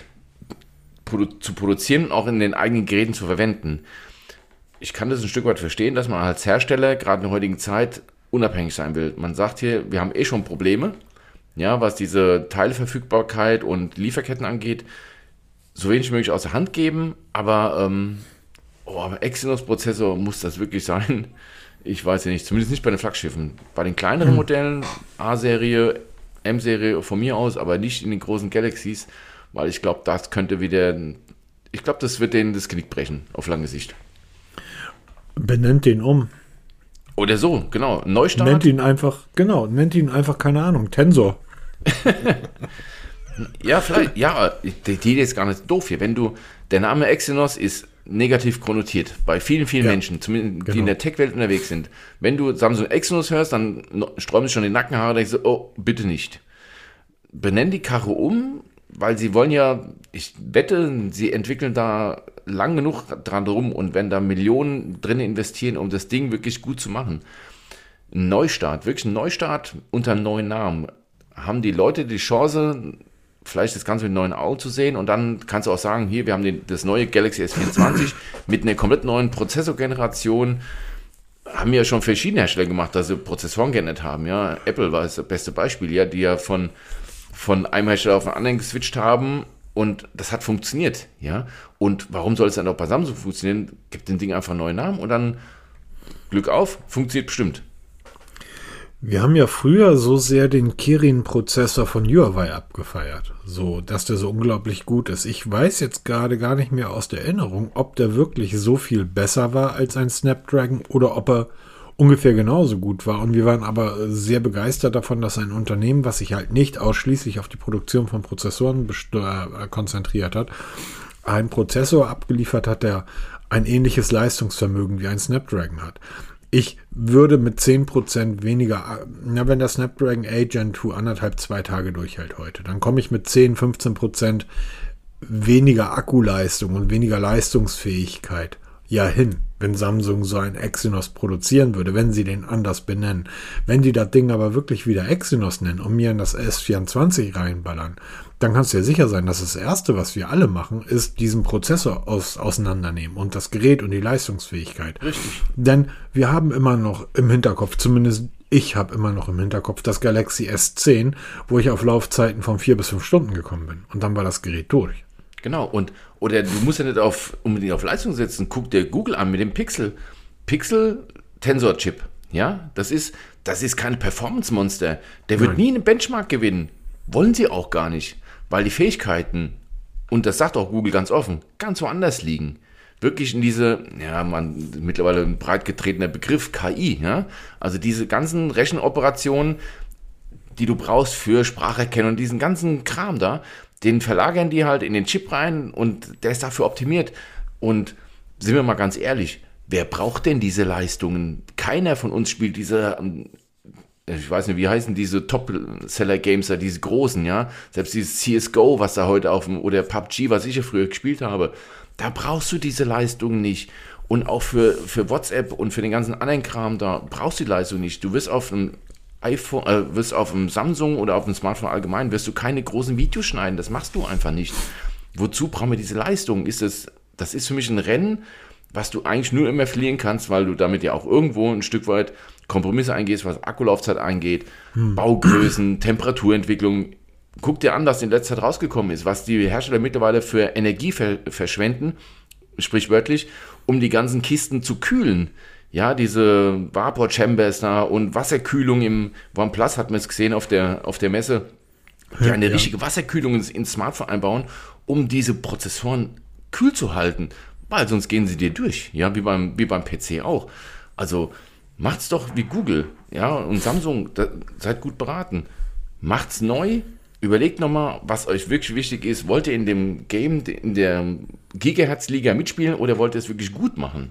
zu produzieren und auch in den eigenen Geräten zu verwenden. Ich kann das ein Stück weit verstehen, dass man als Hersteller gerade in der heutigen Zeit unabhängig sein will. Man sagt hier, wir haben schon Probleme, ja, was diese Teilverfügbarkeit und Lieferketten angeht, so wenig wie möglich aus der Hand geben, aber Exynos-Prozessor muss das wirklich sein? Ich weiß ja nicht, zumindest nicht bei den Flaggschiffen. Bei den kleineren Modellen, A-Serie, M-Serie von mir aus, aber nicht in den großen Galaxies, weil ich glaube, das wird denen das Knick brechen, auf lange Sicht. Benennt den um. Oder so, genau. Neustart. Nennt ihn einfach, keine Ahnung, Tensor. Ja, vielleicht, ja, die Idee ist gar nicht doof hier. Der Name Exynos ist negativ konnotiert bei vielen Menschen, zumindest die in der Tech-Welt unterwegs sind. Wenn du Samsung Exynos hörst, dann sträuben sich schon die Nackenhaare und denkst du, oh, bitte nicht. Benennen die Karre um, weil sie wollen ja, ich wette, sie entwickeln da lang genug dran rum und werden da Millionen drin investieren, um das Ding wirklich gut zu machen. Ein Neustart unter einem neuen Namen. Haben die Leute die Chance, vielleicht das Ganze mit neuen Augen zu sehen und dann kannst du auch sagen, hier, wir haben das neue Galaxy S24 mit einer komplett neuen Prozessorgeneration, haben ja schon verschiedene Hersteller gemacht, dass sie Prozessoren geändert haben, ja, Apple war das beste Beispiel, ja, die ja von einem Hersteller auf den anderen geswitcht haben und das hat funktioniert, ja, und warum soll es dann auch bei Samsung funktionieren, gibt dem Ding einfach einen neuen Namen und dann Glück auf, funktioniert bestimmt. Wir haben ja früher so sehr den Kirin-Prozessor von Huawei abgefeiert, so dass der so unglaublich gut ist. Ich weiß jetzt gerade gar nicht mehr aus der Erinnerung, ob der wirklich so viel besser war als ein Snapdragon oder ob er ungefähr genauso gut war. Und wir waren aber sehr begeistert davon, dass ein Unternehmen, was sich halt nicht ausschließlich auf die Produktion von Prozessoren konzentriert hat, einen Prozessor abgeliefert hat, der ein ähnliches Leistungsvermögen wie ein Snapdragon hat. Ich würde mit 10% weniger, wenn der Snapdragon 8 Gen 2 anderthalb, 2 Tage durchhält heute, dann komme ich mit 10-15% weniger Akkuleistung und weniger Leistungsfähigkeit hin, wenn Samsung so ein Exynos produzieren würde, wenn sie den anders benennen. Wenn die das Ding aber wirklich wieder Exynos nennen und mir in das S24 reinballern, dann kannst du ja sicher sein, dass das Erste, was wir alle machen, ist diesen Prozessor auseinandernehmen und das Gerät und die Leistungsfähigkeit. Richtig. Denn wir haben immer noch im Hinterkopf, zumindest ich habe immer noch im Hinterkopf, das Galaxy S10, wo ich auf Laufzeiten von 4 bis 5 Stunden gekommen bin. Und dann war das Gerät durch. Genau, oder du musst ja nicht unbedingt auf Leistung setzen. Guck dir Google an mit dem Pixel-Tensor-Chip. Ja, das ist kein Performance-Monster. Der wird nie einen Benchmark gewinnen. Wollen sie auch gar nicht, weil die Fähigkeiten, und das sagt auch Google ganz offen, ganz woanders liegen. Wirklich in diese, mittlerweile ein breit getretener Begriff, KI. Ja? Also diese ganzen Rechenoperationen, die du brauchst für Spracherkennung und diesen ganzen Kram da, den verlagern die halt in den Chip rein und der ist dafür optimiert. Und sind wir mal ganz ehrlich, wer braucht denn diese Leistungen? Keiner von uns spielt diese, ich weiß nicht, wie heißen diese Top-Seller-Games da, diese großen, ja? Selbst dieses CSGO, was da heute oder PUBG, was ich ja früher gespielt habe, da brauchst du diese Leistungen nicht. Und auch für WhatsApp und für den ganzen anderen Kram, da brauchst du die Leistung nicht. Du wirst auf einem iPhone, wirst auf dem Samsung oder auf dem Smartphone allgemein, wirst du keine großen Videos schneiden. Das machst du einfach nicht. Wozu brauchen wir diese Leistung? Das ist für mich ein Rennen, was du eigentlich nur immer verlieren kannst, weil du damit ja auch irgendwo ein Stück weit Kompromisse eingehst, was Akkulaufzeit angeht, Baugrößen, Temperaturentwicklung. Guck dir an, was in letzter Zeit rausgekommen ist, was die Hersteller mittlerweile für Energie verschwenden, sprichwörtlich, um die ganzen Kisten zu kühlen. Ja, diese Vapor Chambers da und Wasserkühlung im OnePlus hat man es gesehen auf der Messe, die eine richtige Wasserkühlung ins Smartphone einbauen, um diese Prozessoren kühl zu halten, weil sonst gehen sie dir durch, ja, wie beim PC auch. Also macht's doch wie Google, ja, und Samsung, seid gut beraten. Macht's neu, überlegt nochmal, was euch wirklich wichtig ist. Wollt ihr in dem Game, in der Gigahertz-Liga mitspielen oder wollt ihr es wirklich gut machen?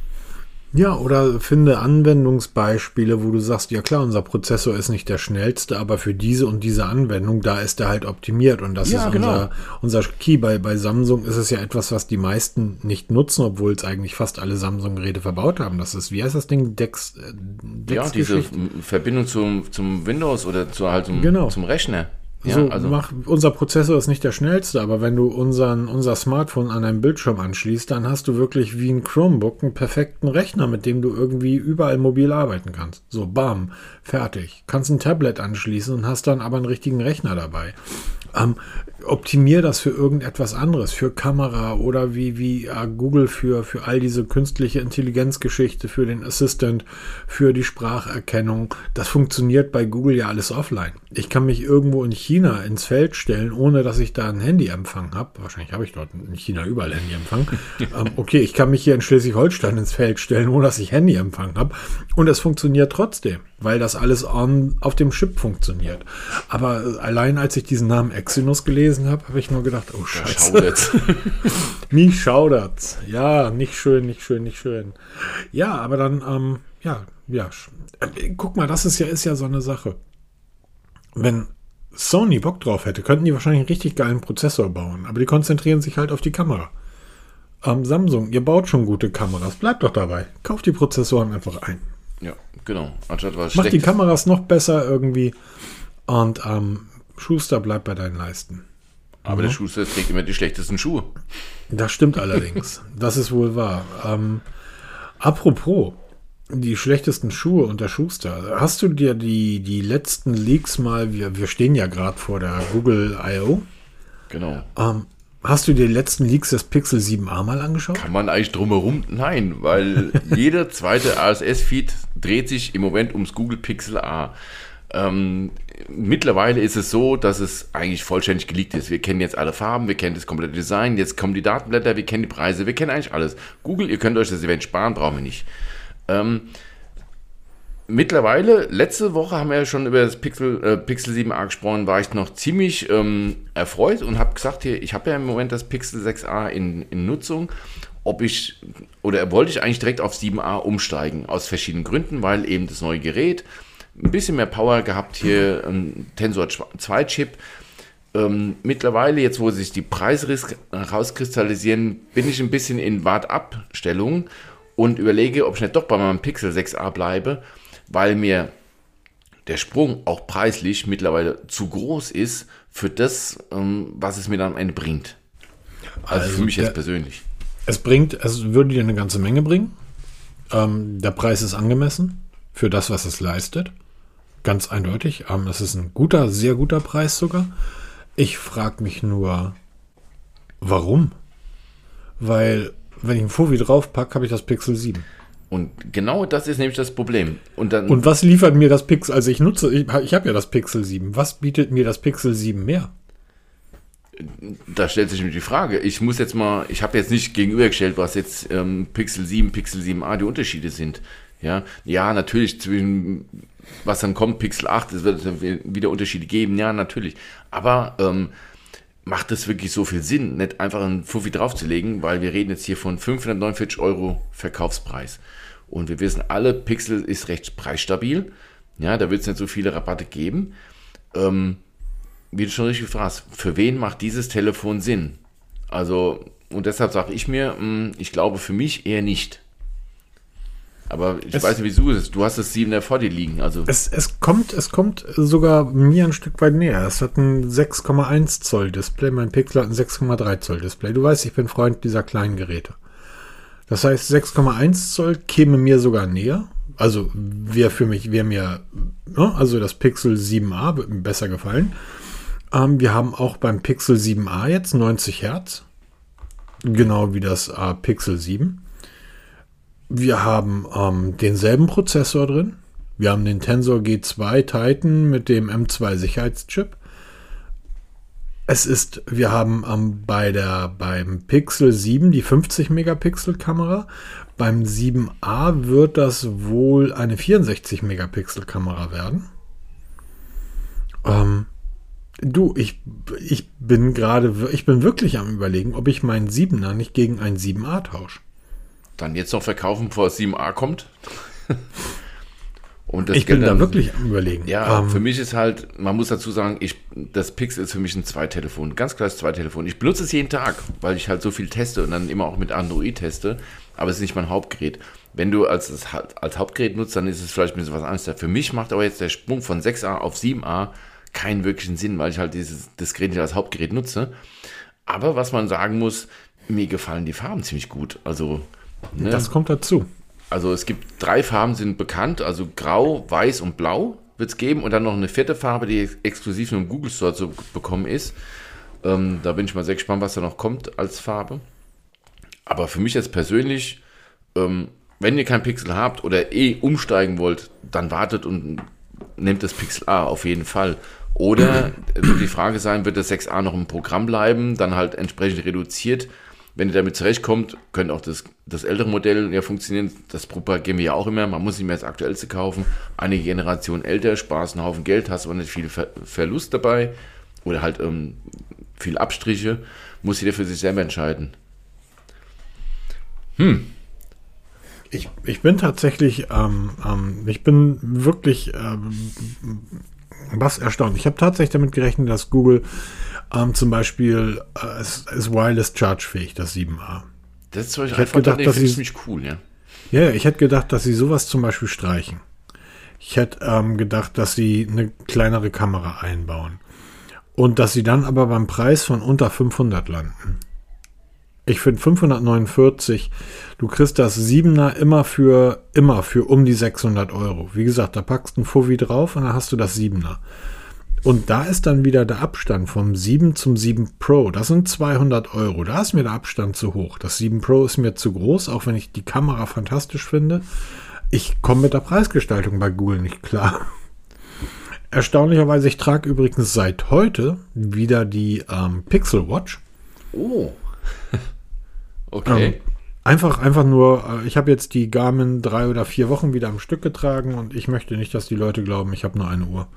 Ja, oder finde Anwendungsbeispiele, wo du sagst, ja klar, unser Prozessor ist nicht der schnellste, aber für diese und diese Anwendung, da ist er halt optimiert und das ist unser Key. Bei Samsung ist es ja etwas, was die meisten nicht nutzen, obwohl es eigentlich fast alle Samsung-Geräte verbaut haben. Das ist, wie heißt das Ding? Dex ja, diese Verbindung zum Windows oder zum Rechner. Ja, unser Prozessor ist nicht der schnellste, aber wenn du unser Smartphone an einen Bildschirm anschließt, dann hast du wirklich wie ein Chromebook einen perfekten Rechner, mit dem du irgendwie überall mobil arbeiten kannst. So, bam, fertig. Kannst ein Tablet anschließen und hast dann aber einen richtigen Rechner dabei. Optimier das für irgendetwas anderes, für Kamera oder wie Google für all diese künstliche Intelligenzgeschichte, für den Assistant, für die Spracherkennung. Das funktioniert bei Google ja alles offline. Ich kann mich irgendwo in China ins Feld stellen, ohne dass ich da einen Handyempfang habe. Wahrscheinlich habe ich dort in China überall Handyempfang. Okay, ich kann mich hier in Schleswig-Holstein ins Feld stellen, ohne dass ich Handyempfang habe. Und es funktioniert trotzdem, weil das alles auf dem Chip funktioniert. Aber allein als ich diesen Namen Exynos gelesen habe, habe ich nur gedacht, oh Scheiße. Mich schaudert's. Ja, nicht schön, nicht schön, nicht schön. Ja, aber dann, guck mal, das ist ja so eine Sache. Wenn Sony Bock drauf hätte, könnten die wahrscheinlich einen richtig geilen Prozessor bauen, aber die konzentrieren sich halt auf die Kamera. Samsung, ihr baut schon gute Kameras, bleibt doch dabei. Kauft die Prozessoren einfach ein. Ja, genau. Anstatt was Macht die Kameras noch besser irgendwie und Schuster, bleibt bei deinen Leisten. Aber der Schuster trägt immer die schlechtesten Schuhe. Das stimmt allerdings. Das ist wohl wahr. Apropos, die schlechtesten Schuhe und der Schuster. Hast du dir die letzten Leaks mal, wir stehen ja gerade vor der Google I.O. Genau. Hast du dir die letzten Leaks des Pixel 7a mal angeschaut? Kann man eigentlich drumherum? Nein, weil jeder zweite RSS-Feed dreht sich im Moment ums Google Pixel A. Mittlerweile ist es so, dass es eigentlich vollständig geleakt ist. Wir kennen jetzt alle Farben, wir kennen das komplette Design, jetzt kommen die Datenblätter, wir kennen die Preise, wir kennen eigentlich alles. Google, ihr könnt euch das Event sparen, brauchen wir nicht. Mittlerweile, letzte Woche haben wir ja schon über das Pixel 7a gesprochen, war ich noch ziemlich erfreut und habe gesagt, hier, ich habe ja im Moment das Pixel 6a in Nutzung, wollte ich eigentlich direkt auf 7a umsteigen, aus verschiedenen Gründen, weil eben das neue Gerät ein bisschen mehr Power gehabt hier, ein Tensor 2 Chip. Mittlerweile, jetzt wo sich die Preise rauskristallisieren, bin ich ein bisschen in Wart-ab-Stellung und überlege, ob ich nicht doch bei meinem Pixel 6a bleibe, weil mir der Sprung auch preislich mittlerweile zu groß ist für das, was es mir dann am Ende bringt. Also für mich jetzt persönlich. Es würde dir eine ganze Menge bringen. Der Preis ist angemessen für das, was es leistet. Ganz eindeutig. Es ist ein guter, sehr guter Preis sogar. Ich frage mich nur, warum? Weil, wenn ich ein Fovi draufpacke, habe ich das Pixel 7. Und genau das ist nämlich das Problem. Und was liefert mir das Pixel? Also ich habe ja das Pixel 7. Was bietet mir das Pixel 7 mehr? Da stellt sich mir die Frage. Ich habe jetzt nicht gegenübergestellt, was jetzt Pixel 7, Pixel 7a die Unterschiede sind. Ja, natürlich zwischen was dann kommt, Pixel 8, es wird wieder Unterschiede geben. Ja, natürlich. Aber macht es wirklich so viel Sinn, nicht einfach einen Fuffi draufzulegen, weil wir reden jetzt hier von 549 € Verkaufspreis. Und wir wissen alle, Pixel ist recht preisstabil. Ja, da wird es nicht so viele Rabatte geben. Wie du schon richtig fragst, für wen macht dieses Telefon Sinn? Also, und deshalb sage ich mir, ich glaube für mich eher nicht. Aber ich weiß nicht, wie du es. Du hast das 7er vor dir liegen. Also. Es kommt sogar mir ein Stück weit näher. Es hat ein 6,1 Zoll Display. Mein Pixel hat ein 6,3 Zoll Display. Du weißt, ich bin Freund dieser kleinen Geräte. Das heißt, 6,1 Zoll käme mir sogar näher. Also wäre mir das Pixel 7a wird mir besser gefallen. Wir haben auch beim Pixel 7a jetzt 90 Hertz. Genau wie das Pixel 7. Wir haben denselben Prozessor drin. Wir haben den Tensor G2 Titan mit dem M2 Sicherheitschip. Wir haben beim Pixel 7 die 50 Megapixel Kamera. Beim 7a wird das wohl eine 64 Megapixel Kamera werden. Ich bin wirklich am Überlegen, ob ich meinen 7er nicht gegen einen 7a tausche. Dann jetzt noch verkaufen, bevor das 7a kommt. Und ich bin da wirklich am Überlegen. Ja, für mich ist halt, man muss dazu sagen, das Pixel ist für mich ein Zweitelefon, ganz klares Zweitelefon. Ich benutze es jeden Tag, weil ich halt so viel teste und dann immer auch mit Android teste, aber es ist nicht mein Hauptgerät. Wenn du als Hauptgerät nutzt, dann ist es vielleicht ein bisschen was anderes. Für mich macht aber jetzt der Sprung von 6a auf 7a keinen wirklichen Sinn, weil ich halt das Gerät nicht als Hauptgerät nutze. Aber was man sagen muss, mir gefallen die Farben ziemlich gut. Also ne? Das kommt dazu. Also es gibt 3 Farben, sind bekannt, also Grau, Weiß und Blau wird es geben und dann noch eine 4. Farbe, die exklusiv nur im Google Store zu bekommen ist. Da bin ich mal sehr gespannt, was da noch kommt als Farbe. Aber für mich jetzt persönlich, wenn ihr kein Pixel habt oder umsteigen wollt, dann wartet und nehmt das Pixel A auf jeden Fall. Oder die Frage sein, wird das 6a noch im Programm bleiben, dann halt entsprechend reduziert. Wenn ihr damit zurechtkommt, könnte auch das ältere Modell ja funktionieren. Das propagieren wir ja auch immer. Man muss nicht mehr das aktuellste kaufen. Einige Generationen älter, sparst einen Haufen Geld, hast aber nicht viel Verlust dabei. Oder halt viel Abstriche. Muss jeder für sich selber entscheiden. Ich bin tatsächlich, ich bin wirklich was erstaunt. Ich habe tatsächlich damit gerechnet, dass Google zum Beispiel es ist wireless chargefähig, das 7a. Das ist zum Beispiel gedacht, das ist ziemlich cool, ja. Ja, ich hätte gedacht, dass sie sowas zum Beispiel streichen. Ich hätte gedacht, dass sie eine kleinere Kamera einbauen. Und dass sie dann aber beim Preis von unter 500 landen. Ich finde 549, du kriegst das 7er immer für um die 600 Euro. Wie gesagt, da packst du ein Fovi drauf und dann hast du das 7er. Und da ist dann wieder der Abstand vom 7 zum 7 Pro. Das sind 200 Euro. Da ist mir der Abstand zu hoch. Das 7 Pro ist mir zu groß, auch wenn ich die Kamera fantastisch finde. Ich komme mit der Preisgestaltung bei Google nicht klar. Erstaunlicherweise, ich trage übrigens seit heute wieder die Pixel Watch. Oh. Okay. Einfach nur, ich habe jetzt die Garmin 3 oder 4 Wochen wieder am Stück getragen und ich möchte nicht, dass die Leute glauben, ich habe nur eine Uhr.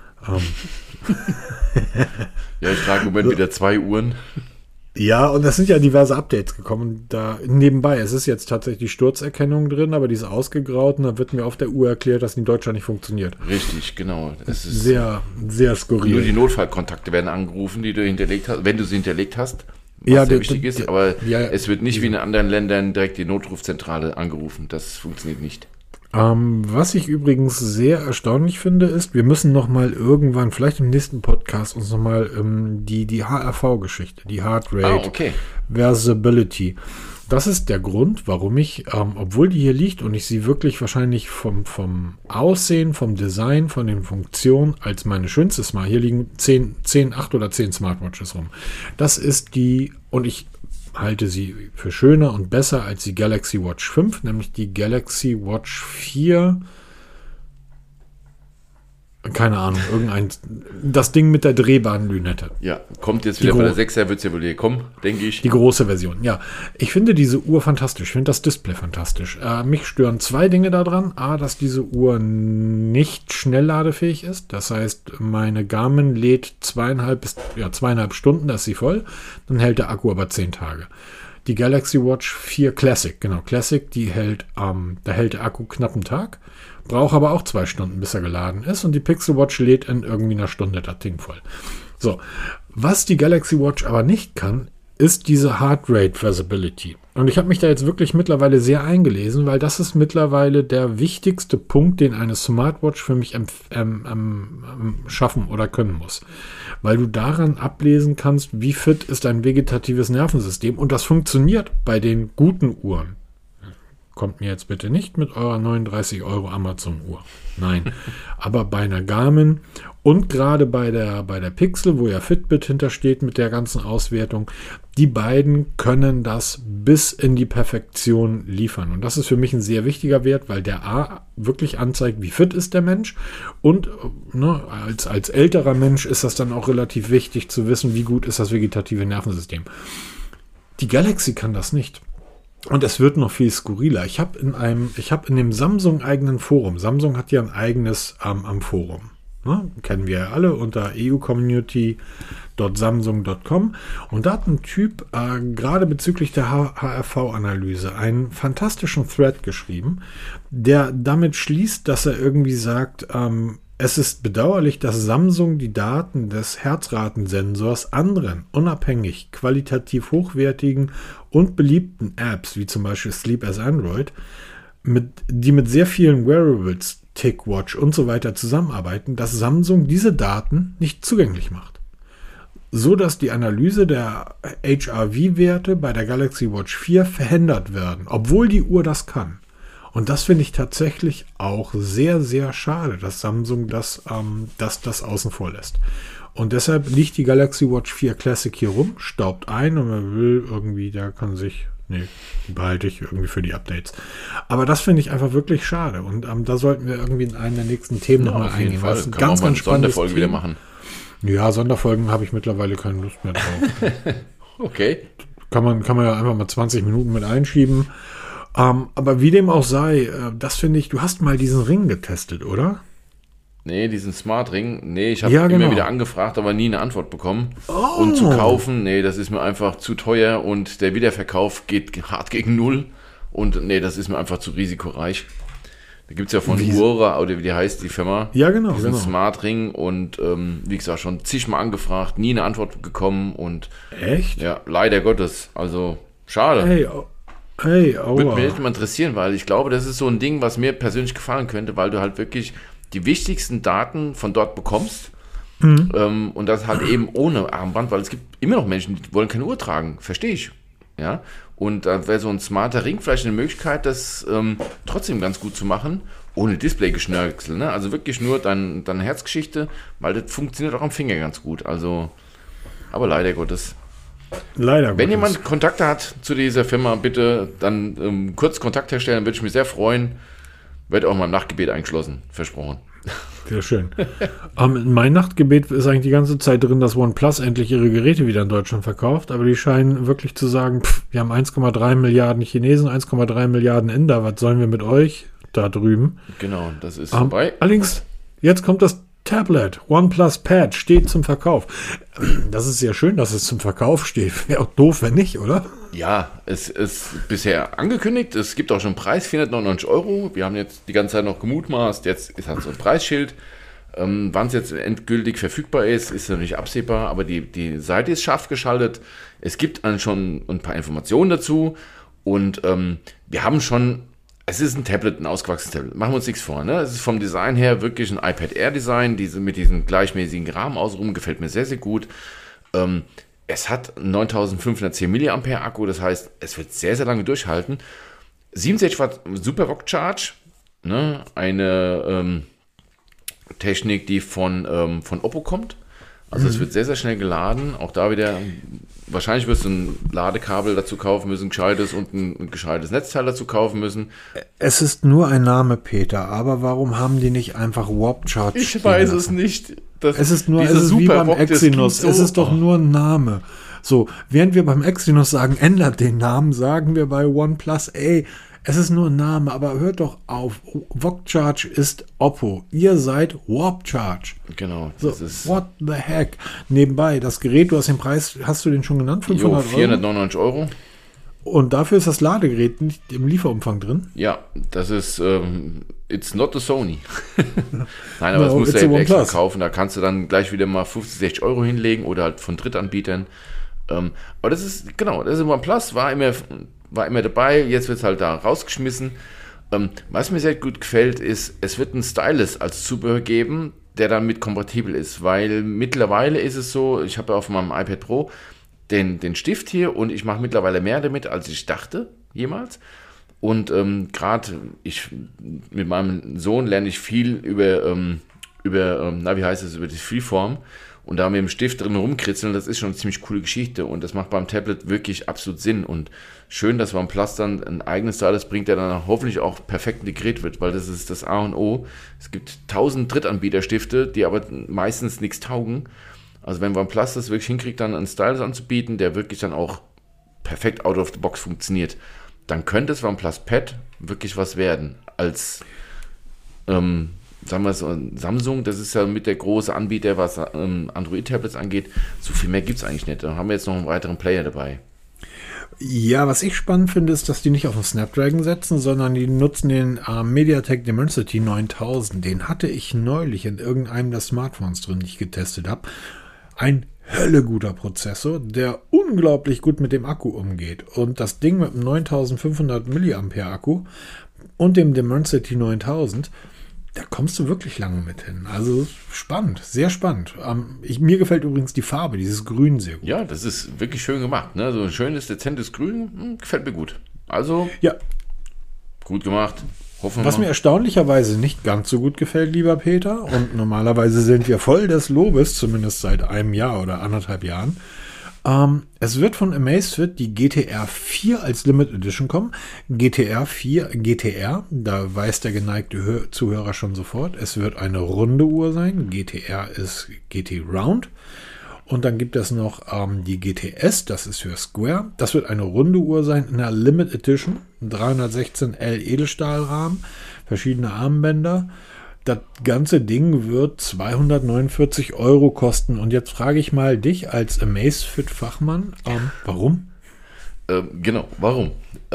Ja, ich trage im Moment wieder 2 Uhren. Ja, und es sind ja diverse Updates gekommen. Da nebenbei, es ist jetzt tatsächlich die Sturzerkennung drin, aber die ist ausgegraut und da wird mir auf der Uhr erklärt, dass die in Deutschland nicht funktioniert. Richtig, genau. Es ist sehr, sehr skurril. Nur die Notfallkontakte werden angerufen, die du hinterlegt hast, wenn du sie hinterlegt hast, was sehr wichtig ist, aber es wird nicht wie in anderen Ländern direkt die Notrufzentrale angerufen. Das funktioniert nicht. Was ich übrigens sehr erstaunlich finde, ist, wir müssen noch mal irgendwann, vielleicht im nächsten Podcast, uns noch mal die HRV-Geschichte, die Heart Rate, Visibility. Das ist der Grund, warum ich, obwohl die hier liegt und ich sie wirklich wahrscheinlich vom Aussehen, vom Design, von den Funktionen als meine schönste Smart, hier liegen 8 oder 10 Smartwatches rum. Das ist die, und ich halte sie für schöner und besser als die Galaxy Watch 5, nämlich die Galaxy Watch 4. Keine Ahnung, das Ding mit der drehbaren Lünette. Ja, kommt jetzt wieder bei der 6er, wird es ja wohl hier kommen, denke ich. Die große Version, ja. Ich finde diese Uhr fantastisch, ich finde das Display fantastisch. Mich stören 2 Dinge daran. A, dass diese Uhr nicht schnellladefähig ist. Das heißt, meine Garmin lädt 2,5 Stunden, da ist sie voll. Dann hält der Akku aber 10 Tage. Die Galaxy Watch 4 Classic, Classic, da hält der Akku knapp einen Tag. Braucht aber auch 2 Stunden, bis er geladen ist. Und die Pixel Watch lädt in irgendwie einer Stunde das Ding voll. So, was die Galaxy Watch aber nicht kann, ist diese Heart Rate Visibility. Und ich habe mich da jetzt wirklich mittlerweile sehr eingelesen, weil das ist mittlerweile der wichtigste Punkt, den eine Smartwatch für mich schaffen oder können muss. Weil du daran ablesen kannst, wie fit ist dein vegetatives Nervensystem. Und das funktioniert bei den guten Uhren. Kommt mir jetzt bitte nicht mit eurer 39 Euro Amazon-Uhr. Nein. Aber bei einer Garmin und gerade bei der Pixel, wo ja Fitbit hintersteht mit der ganzen Auswertung, die beiden können das bis in die Perfektion liefern. Und das ist für mich ein sehr wichtiger Wert, weil der A wirklich anzeigt, wie fit ist der Mensch. Und als älterer Mensch ist das dann auch relativ wichtig zu wissen, wie gut ist das vegetative Nervensystem. Die Galaxy kann das nicht. Und es wird noch viel skurriler. Ich habe in dem Samsung-eigenen Forum, Samsung hat ja ein eigenes am Forum, ne? Kennen wir ja alle unter eucommunity.samsung.com. Und da hat ein Typ gerade bezüglich der HRV-Analyse einen fantastischen Thread geschrieben, der damit schließt, dass er irgendwie sagt, es ist bedauerlich, dass Samsung die Daten des Herzratensensors anderen, unabhängig, qualitativ hochwertigen und beliebten Apps, wie zum Beispiel Sleep as Android, die mit sehr vielen Wearables, TicWatch und so weiter zusammenarbeiten, dass Samsung diese Daten nicht zugänglich macht. So dass die Analyse der HRV-Werte bei der Galaxy Watch 4 verhindert werden, obwohl die Uhr das kann. Und das finde ich tatsächlich auch sehr, sehr schade, dass Samsung das außen vor lässt. Und deshalb liegt die Galaxy Watch 4 Classic hier rum, staubt ein und man will irgendwie, die behalte ich irgendwie für die Updates. Aber das finde ich einfach wirklich schade. Und da sollten wir irgendwie in einem der nächsten Themen nochmal eingehen. Fall. Kann ganz, man ganz spannendes Sonderfolge wieder machen. Ja, Sonderfolgen habe ich mittlerweile keine Lust mehr drauf. Okay. Kann man ja einfach mal 20 Minuten mit einschieben. Aber wie dem auch sei, das finde ich, du hast mal diesen Ring getestet, oder? Nee, diesen Smart Ring, ich habe immer wieder angefragt, aber nie eine Antwort bekommen. Oh. Und zu kaufen, das ist mir einfach zu teuer und der Wiederverkauf geht hart gegen Null. Und das ist mir einfach zu risikoreich. Da gibt es ja von Ura, oder wie die heißt, die Firma. Ja, genau. Diesen Smart Ring und wie gesagt, schon zigmal angefragt, nie eine Antwort bekommen. Und echt? Ja, leider Gottes. Also, schade. Hey, würde mich echt mal interessieren, weil ich glaube, das ist so ein Ding, was mir persönlich gefallen könnte, weil du halt wirklich die wichtigsten Daten von dort bekommst und das halt eben ohne Armband, weil es gibt immer noch Menschen, die wollen keine Uhr tragen, verstehe ich. Ja, und da wäre so ein smarter Ring vielleicht eine Möglichkeit, das trotzdem ganz gut zu machen, ohne Display-Geschnörkel, ne? Also wirklich nur deine Herzgeschichte, weil das funktioniert auch am Finger ganz gut. Also, aber leider Gottes. Wenn jemand Kontakte hat zu dieser Firma, bitte dann kurz Kontakt herstellen, würde ich mich sehr freuen. Wird auch mal im Nachtgebet eingeschlossen, versprochen. Sehr schön. In mein Nachtgebet ist eigentlich die ganze Zeit drin, dass OnePlus endlich ihre Geräte wieder in Deutschland verkauft, aber die scheinen wirklich zu sagen, wir haben 1,3 Milliarden Chinesen, 1,3 Milliarden Inder, was sollen wir mit euch da drüben? Genau, das ist vorbei. Allerdings, jetzt kommt das Tablet, OnePlus Pad, steht zum Verkauf. Das ist sehr schön, dass es zum Verkauf steht. Wäre auch doof, wenn nicht, oder? Ja, es ist bisher angekündigt. Es gibt auch schon einen Preis, 499 Euro. Wir haben jetzt die ganze Zeit noch gemutmaßt. Jetzt ist halt so ein Preisschild. Wann es jetzt endgültig verfügbar ist noch nicht absehbar. Aber die Seite ist scharf geschaltet. Es gibt schon ein paar Informationen dazu. Und wir haben schon... Es ist ein Tablet, ein ausgewachsenes Tablet. Machen wir uns nichts vor. Ne? Es ist vom Design her wirklich ein iPad Air Design. Mit diesem gleichmäßigen Rahmen außenrum gefällt mir sehr, sehr gut. Es hat 9510 mAh Akku. Das heißt, es wird sehr, sehr lange durchhalten. 67 Watt Super VOOC Charge. Ne? Eine Technik, die von Oppo kommt. Also es wird sehr, sehr schnell geladen. Auch da wieder, wahrscheinlich wirst du ein Ladekabel dazu kaufen müssen, gescheites und ein gescheites Netzteil dazu kaufen müssen. Es ist nur ein Name, Peter, aber warum haben die nicht einfach Warp Charge? Ich weiß es nicht. Es ist wie beim Exynos. So, es ist doch nur ein Name. So, während wir beim Exynos sagen, ändert den Namen, sagen wir bei OnePlus, es ist nur ein Name, aber hört doch auf. VOOC Charge ist Oppo. Ihr seid Warp Charge. Genau. So, what the heck? Nebenbei, das Gerät, du hast den Preis, hast du den schon genannt? 500 499 Euro. Und dafür ist das Ladegerät nicht im Lieferumfang drin? Ja, das ist, it's not the Sony. Nein, aber das musst du ja extra kaufen. Da kannst du dann gleich wieder mal 50, 60 Euro hinlegen oder halt von Drittanbietern. Aber das ist, genau, das ist OnePlus, war immer dabei, jetzt wird es halt da rausgeschmissen. Was mir sehr gut gefällt, ist, es wird einen Stylus als Zubehör geben, der dann mit kompatibel ist, weil mittlerweile ist es so, ich habe ja auf meinem iPad Pro den Stift hier und ich mache mittlerweile mehr damit, als ich dachte, jemals. Und gerade mit meinem Sohn lerne ich viel über die Freeform. Und da mit dem Stift drin rumkritzeln, das ist schon eine ziemlich coole Geschichte und das macht beim Tablet wirklich absolut Sinn und schön, dass OnePlus dann ein eigenes Stylus bringt, der dann hoffentlich auch perfekt integriert wird, weil das ist das A und O. Es gibt 1000 Drittanbieterstifte, die aber meistens nichts taugen. Also wenn OnePlus das wirklich hinkriegt, dann einen Stylus anzubieten, der wirklich dann auch perfekt out of the box funktioniert, dann könnte es OnePlus Pad wirklich was werden als sagen wir so, Samsung, das ist ja mit der große Anbieter, was Android-Tablets angeht. So viel mehr gibt es eigentlich nicht. Da haben wir jetzt noch einen weiteren Player dabei. Ja, was ich spannend finde, ist, dass die nicht auf den Snapdragon setzen, sondern die nutzen den MediaTek Dimensity 9000. Den hatte ich neulich in irgendeinem der Smartphones drin, die ich getestet habe. Ein hölleguter Prozessor, der unglaublich gut mit dem Akku umgeht. Und das Ding mit einem 9500 mAh Akku und dem Dimensity 9000, da kommst du wirklich lange mit hin. Also spannend, sehr spannend. Mir gefällt übrigens die Farbe, dieses Grün sehr gut. Ja, das ist wirklich schön gemacht. Ne? So ein schönes, dezentes Grün, gefällt mir gut. Also, ja, gut gemacht. Was mir erstaunlicherweise nicht ganz so gut gefällt, lieber Peter, und normalerweise sind wir voll des Lobes, zumindest seit einem Jahr oder 1,5 Jahren, es wird von Amazfit die GTR 4 als Limited Edition kommen. GTR 4, GTR, da weiß der geneigte Zuhörer schon sofort, es wird eine runde Uhr sein. GTR ist GT Round. Und dann gibt es noch die GTS, das ist für Square. Das wird eine runde Uhr sein in der Limited Edition. 316L Edelstahlrahmen, verschiedene Armbänder. Das ganze Ding wird 249 Euro kosten. Und jetzt frage ich mal dich als Amazfit-Fachmann, warum? Genau, warum?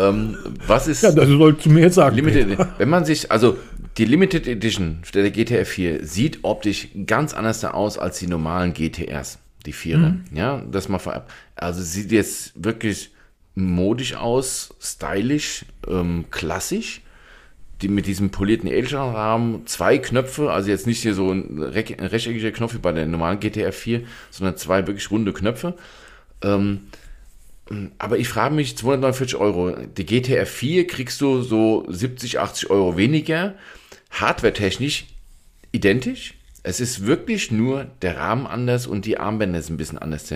Was ist... Ja, das sollst du mir jetzt sagen. Wenn man sich, also die Limited Edition der GTR 4 sieht optisch ganz anders aus als die normalen GTRs, die 4er. Ja, das mal vorab. Also sieht jetzt wirklich modisch aus, stylisch, klassisch. Mit diesem polierten Edelstahlrahmen, 2 Knöpfe, also jetzt nicht hier so ein rechteckiger Knopf wie bei der normalen GTR 4, sondern 2 wirklich runde Knöpfe. Aber ich frage mich, 249 Euro, die GTR 4 kriegst du so 70, 80 Euro weniger, hardwaretechnisch identisch. Es ist wirklich nur der Rahmen anders und die Armbänder sind ein bisschen anders.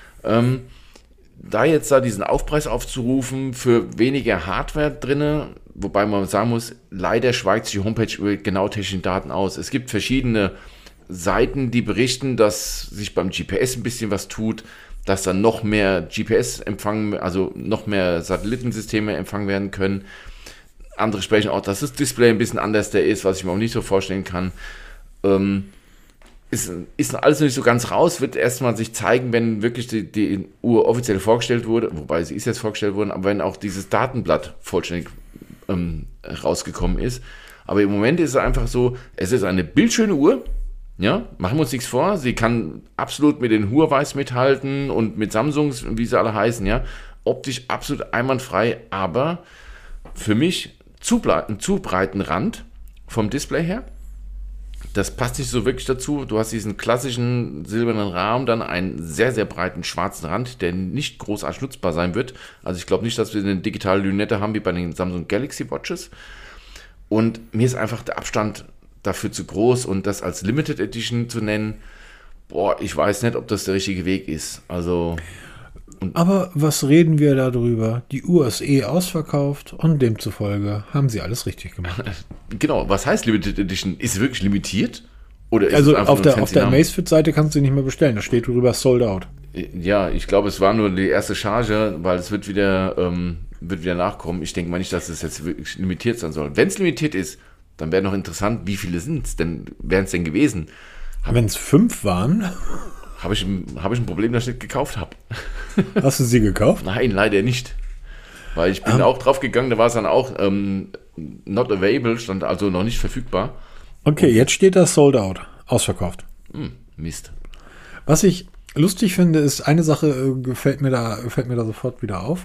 Da jetzt diesen Aufpreis aufzurufen für weniger Hardware drinne, wobei man sagen muss, leider schweigt sich die Homepage über genau technische Daten aus. Es gibt verschiedene Seiten, die berichten, dass sich beim GPS ein bisschen was tut, dass dann noch mehr GPS empfangen, also noch mehr Satellitensysteme empfangen werden können. Andere sprechen auch, dass das Display ein bisschen anders ist, was ich mir auch nicht so vorstellen kann. Ist alles noch nicht so ganz raus, wird erstmal sich zeigen, wenn wirklich die Uhr offiziell vorgestellt wurde, wobei sie ist jetzt vorgestellt worden, aber wenn auch dieses Datenblatt vollständig rausgekommen ist. Aber im Moment ist es einfach so, es ist eine bildschöne Uhr, ja, machen wir uns nichts vor, sie kann absolut mit den Huaweis mithalten und mit Samsungs, wie sie alle heißen, ja, optisch absolut einwandfrei, aber für mich einen zu breiten Rand vom Display her. Das passt nicht so wirklich dazu. Du hast diesen klassischen silbernen Rahmen, dann einen sehr, sehr breiten schwarzen Rand, der nicht großartig nutzbar sein wird. Also ich glaube nicht, dass wir eine digitale Lünette haben wie bei den Samsung Galaxy Watches. Und mir ist einfach der Abstand dafür zu groß und das als Limited Edition zu nennen, ich weiß nicht, ob das der richtige Weg ist. Also... Aber was reden wir darüber? Die Uhr ist ausverkauft und demzufolge haben sie alles richtig gemacht. Genau, was heißt Limited Edition? Ist es wirklich limitiert? Oder ist also es auf der Amazfit-Seite kannst du nicht mehr bestellen, da steht drüber Sold Out. Ja, ich glaube, es war nur die erste Charge, weil es wird wieder nachkommen. Ich denke mal nicht, dass es jetzt wirklich limitiert sein soll. Wenn es limitiert ist, dann wäre noch interessant, wie viele sind es denn, wären es denn gewesen? Wenn es 5 waren... Habe ich ein Problem, dass ich nicht gekauft habe. Hast du sie gekauft? Nein, leider nicht. Weil ich bin auch drauf gegangen, da war es dann auch not available, stand also noch nicht verfügbar. Okay, jetzt steht da Sold Out, ausverkauft. Mist. Was ich lustig finde, ist, eine Sache fällt mir da sofort wieder auf.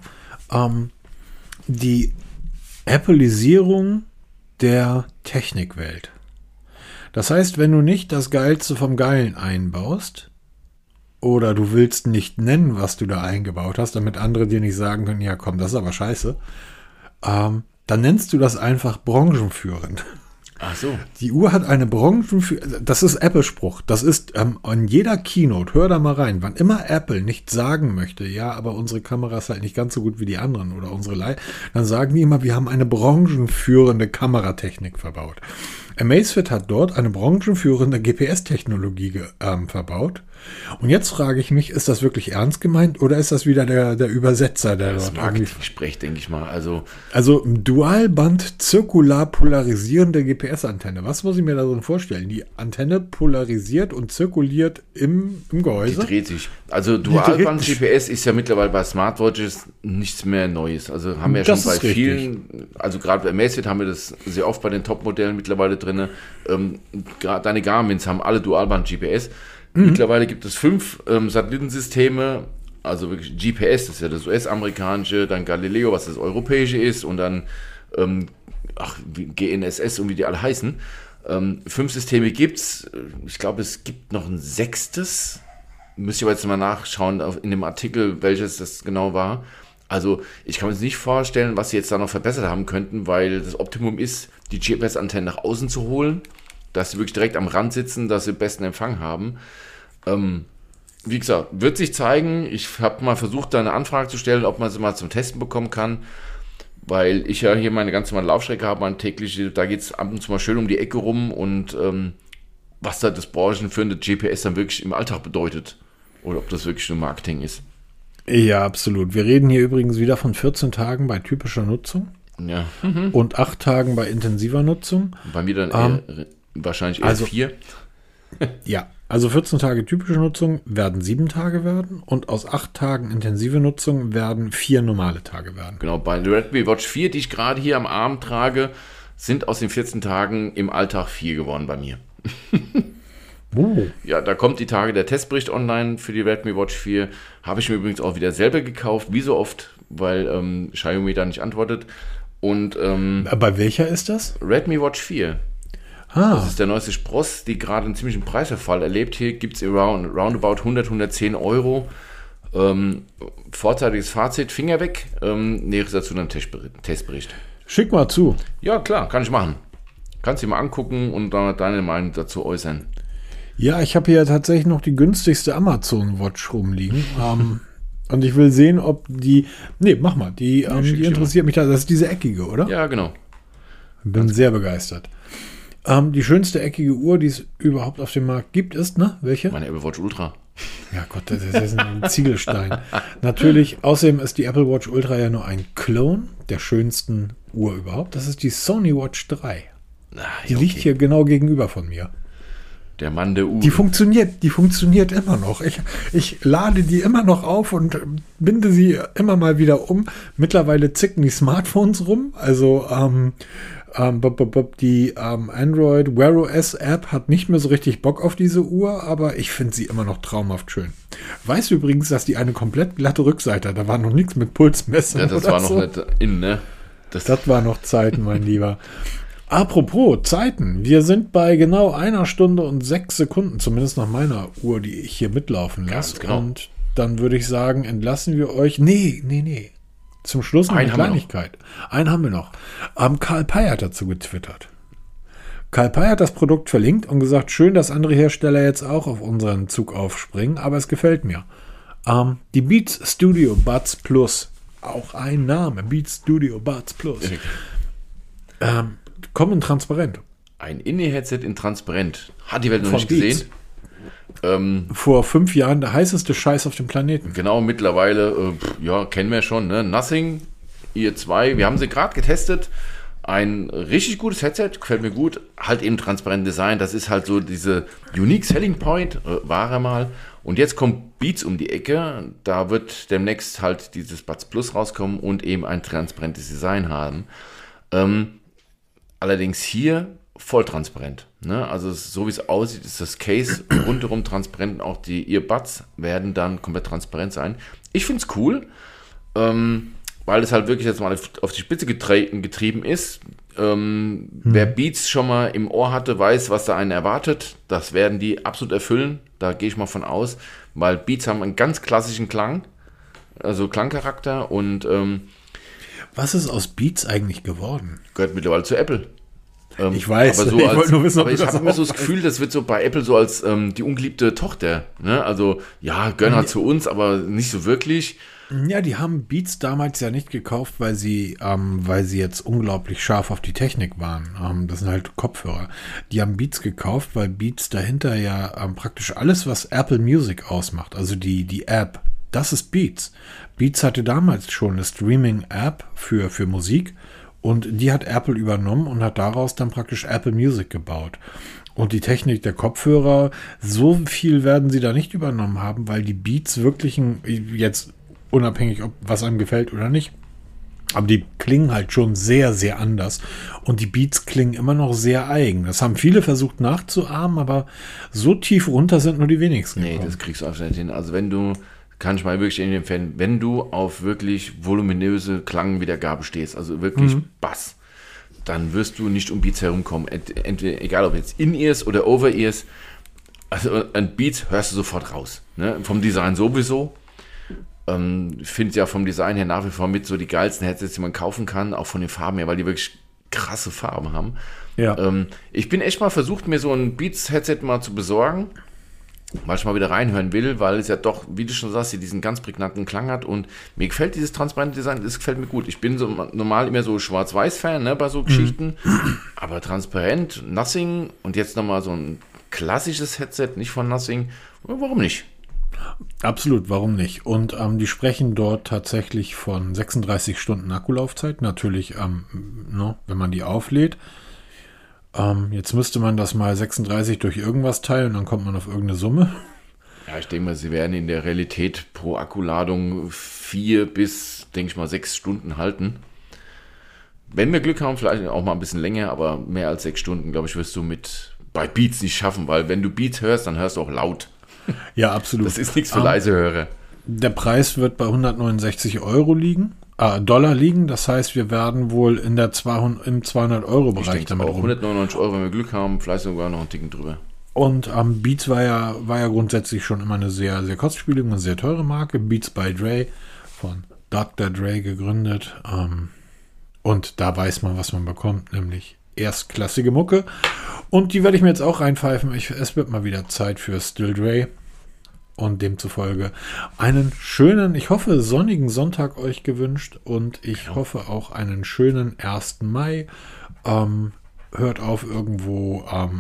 Die Appleisierung der Technikwelt. Das heißt, wenn du nicht das Geilste vom Geilen einbaust, oder du willst nicht nennen, was du da eingebaut hast, damit andere dir nicht sagen können, ja komm, das ist aber scheiße, dann nennst du das einfach branchenführend. Ach so. Die Uhr hat eine branchenführende, das ist Apple-Spruch, das ist an jeder Keynote, hör da mal rein, wann immer Apple nicht sagen möchte, ja, aber unsere Kamera ist halt nicht ganz so gut wie die anderen oder unsere dann sagen die immer, wir haben eine branchenführende Kameratechnik verbaut. Amazfit hat dort eine branchenführende GPS-Technologie verbaut. Und jetzt frage ich mich, ist das wirklich ernst gemeint oder ist das wieder der Übersetzer, der das dort Marketing-Sprech, denke ich mal. Also Dualband zirkular polarisierende GPS-Antenne. Was muss ich mir da so vorstellen? Die Antenne polarisiert und zirkuliert im Gehäuse? Die dreht sich. Also Dualband GPS ist ja mittlerweile bei Smartwatches nichts mehr Neues. Also haben wir ja schon bei vielen, also gerade bei Amazfit haben wir das sehr oft bei den Top-Modellen mittlerweile drin. Deine Garmins haben alle Dualband GPS. Mittlerweile gibt es 5 Satellitensysteme, also wirklich GPS, das ist ja das US-amerikanische, dann Galileo, was das europäische ist, und dann GNSS und wie die alle heißen. 5 Systeme gibt's. Ich glaube, es gibt noch ein 6. Müsste ich aber jetzt mal nachschauen in dem Artikel, welches das genau war. Also ich kann mir jetzt nicht vorstellen, was sie jetzt da noch verbessert haben könnten, weil das Optimum ist, die GPS-Antennen nach außen zu holen, dass sie wirklich direkt am Rand sitzen, dass sie besten Empfang haben. Wie gesagt, wird sich zeigen. Ich habe mal versucht, da eine Anfrage zu stellen, ob man sie mal zum Testen bekommen kann, weil ich ja hier meine ganz normale Laufstrecke habe, meine tägliche, da geht es ab und zu mal schön um die Ecke rum und was da das branchenführende GPS dann wirklich im Alltag bedeutet oder ob das wirklich nur Marketing ist. Ja, absolut. Wir reden hier übrigens wieder von 14 Tagen bei typischer Nutzung und 8 Tagen bei intensiver Nutzung. Bei mir dann wahrscheinlich eher 4. Ja, also 14 Tage typische Nutzung werden 7 Tage werden und aus 8 Tagen intensive Nutzung werden 4 normale Tage werden. Genau, bei der Redmi Watch 4, die ich gerade hier am Arm trage, sind aus den 14 Tagen im Alltag 4 geworden bei mir. Ja, da kommt die Tage der Testbericht online für die Redmi Watch 4. Habe ich mir übrigens auch wieder selber gekauft, wie so oft, weil Xiaomi da nicht antwortet. Und bei welcher ist das? Redmi Watch 4. Das ist der neueste Spross, die gerade einen ziemlichen Preisverfall erlebt. Hier gibt es roundabout 100, 110 Euro. Vorzeitiges Fazit, Finger weg. Näheres dazu in einem Testbericht. Schick mal zu. Ja, klar, kann ich machen. Kannst du dir mal angucken und dann deine Meinung dazu äußern. Ja, ich habe hier tatsächlich noch die günstigste Amazon Watch rumliegen. Und ich will sehen, ob die... Nee, mach mal. Die interessiert mich da. Das ist diese eckige, oder? Ja, genau. Bin sehr begeistert. Die schönste eckige Uhr, die es überhaupt auf dem Markt gibt, ist, ne? Welche? Meine Apple Watch Ultra. Ja Gott, das ist ein Ziegelstein. Natürlich, außerdem ist die Apple Watch Ultra ja nur ein Klon der schönsten Uhr überhaupt. Das ist die Sony Watch 3. Die liegt hier genau gegenüber von mir. Der Mann der Uhr. Die funktioniert immer noch. Ich lade die immer noch auf und binde sie immer mal wieder um. Mittlerweile zicken die Smartphones rum. Also die Android Wear OS App hat nicht mehr so richtig Bock auf diese Uhr, aber ich finde sie immer noch traumhaft schön. Weißt du übrigens, dass die eine komplett glatte Rückseite hat? Da war noch nichts mit Pulsmessung. Ja, das war noch nicht in, ne? Das war noch Zeiten, mein Lieber. Apropos Zeiten, wir sind bei genau 1 Stunde und 6 Sekunden, zumindest nach meiner Uhr, die ich hier mitlaufen lasse. Genau. Und dann würde ich sagen, entlassen wir euch. Nee. Zum Schluss noch eine Kleinigkeit. Einen haben wir noch. Karl Pei hat dazu getwittert. Karl Pei hat das Produkt verlinkt und gesagt, schön, dass andere Hersteller jetzt auch auf unseren Zug aufspringen, aber es gefällt mir. Die Beats Studio Buds Plus, auch ein Name, Beats Studio Buds Plus, kommen transparent. Ein In-Ear-Headset in transparent. Hat die Welt noch nicht gesehen. Vor 5 Jahren der heißeste Scheiß auf dem Planeten. Genau, mittlerweile, kennen wir schon, ne? Nothing, Ear 2, wir haben sie gerade getestet. Ein richtig gutes Headset, gefällt mir gut. Halt eben transparent Design, das ist halt so diese Unique Selling Point, war er mal. Und jetzt kommt Beats um die Ecke, da wird demnächst halt dieses Buds Plus rauskommen und eben ein transparentes Design haben. Allerdings hier voll transparent. Ne? Also so wie es aussieht, ist das Case rundherum transparent. Auch die Earbuds werden dann komplett transparent sein. Ich finde es cool, weil es halt wirklich jetzt mal auf die Spitze getrieben ist. Wer Beats schon mal im Ohr hatte, weiß, was da einen erwartet. Das werden die absolut erfüllen. Da gehe ich mal von aus, weil Beats haben einen ganz klassischen Klang, also Klangcharakter und was ist aus Beats eigentlich geworden? Gehört mittlerweile zu Apple. Ich weiß, aber so ich wollte nur wissen, ob aber ich habe immer so das Gefühl, das wird so bei Apple so als die ungeliebte Tochter. Ne? Also, ja, gehören halt zu uns, aber nicht so wirklich. Ja, die haben Beats damals ja nicht gekauft, weil sie jetzt unglaublich scharf auf die Technik waren. Das sind halt Kopfhörer. Die haben Beats gekauft, weil Beats dahinter ja praktisch alles, was Apple Music ausmacht, also die App, das ist Beats. Beats hatte damals schon eine Streaming-App für Musik. Und die hat Apple übernommen und hat daraus dann praktisch Apple Music gebaut. Und die Technik der Kopfhörer, so viel werden sie da nicht übernommen haben, weil die Beats wirklich jetzt unabhängig, ob was einem gefällt oder nicht, aber die klingen halt schon sehr, sehr anders. Und die Beats klingen immer noch sehr eigen. Das haben viele versucht nachzuahmen, aber so tief runter sind nur die wenigsten gekommen. Nee, das kriegst du einfach nicht hin. Also kann ich mal wirklich empfehlen, wenn du auf wirklich voluminöse Klangwiedergabe stehst, also wirklich Bass, dann wirst du nicht um Beats herumkommen. Entweder, egal ob jetzt In-Ears oder Over-Ears, also ein Beats hörst du sofort raus. Ne? Vom Design sowieso. Ich finde es ja vom Design her nach wie vor mit so die geilsten Headsets, die man kaufen kann, auch von den Farben her, weil die wirklich krasse Farben haben. Ja. Ich bin echt mal versucht, mir so ein Beats-Headset mal zu besorgen, weil ich mal wieder reinhören will, weil es ja doch, wie du schon sagst, hier diesen ganz prägnanten Klang hat und mir gefällt dieses transparente Design, das gefällt mir gut. Ich bin so normal immer so Schwarz-Weiß-Fan, ne, bei so Geschichten, aber transparent, Nothing und jetzt nochmal so ein klassisches Headset, nicht von Nothing, warum nicht? Absolut, warum nicht? Und die sprechen dort tatsächlich von 36 Stunden Akkulaufzeit, natürlich, wenn man die auflädt. Jetzt müsste man das mal 36 durch irgendwas teilen, dann kommt man auf irgendeine Summe. Ja, ich denke mal, sie werden in der Realität pro Akkuladung 4 bis, denke ich mal, 6 Stunden halten. Wenn wir Glück haben, vielleicht auch mal ein bisschen länger, aber mehr als 6 Stunden, glaube ich, wirst du bei Beats nicht schaffen, weil wenn du Beats hörst, dann hörst du auch laut. Ja, absolut. Das ist nichts für leise Hörer. Der Preis wird bei 169 Dollar liegen. Das heißt, wir werden wohl im 200-Euro-Bereich damit rum. 199 €, wenn wir Glück haben, vielleicht sogar noch einen Ticken drüber. Und Beats war ja grundsätzlich schon immer eine sehr, sehr kostspielige und sehr teure Marke. Beats by Dre, von Dr. Dre gegründet. Und da weiß man, was man bekommt, nämlich erstklassige Mucke. Und die werde ich mir jetzt auch reinpfeifen. Es wird mal wieder Zeit für Still Dre. Und demzufolge einen schönen, ich hoffe, sonnigen Sonntag euch gewünscht. Und ich hoffe auch einen schönen 1. Mai. Hört auf, irgendwo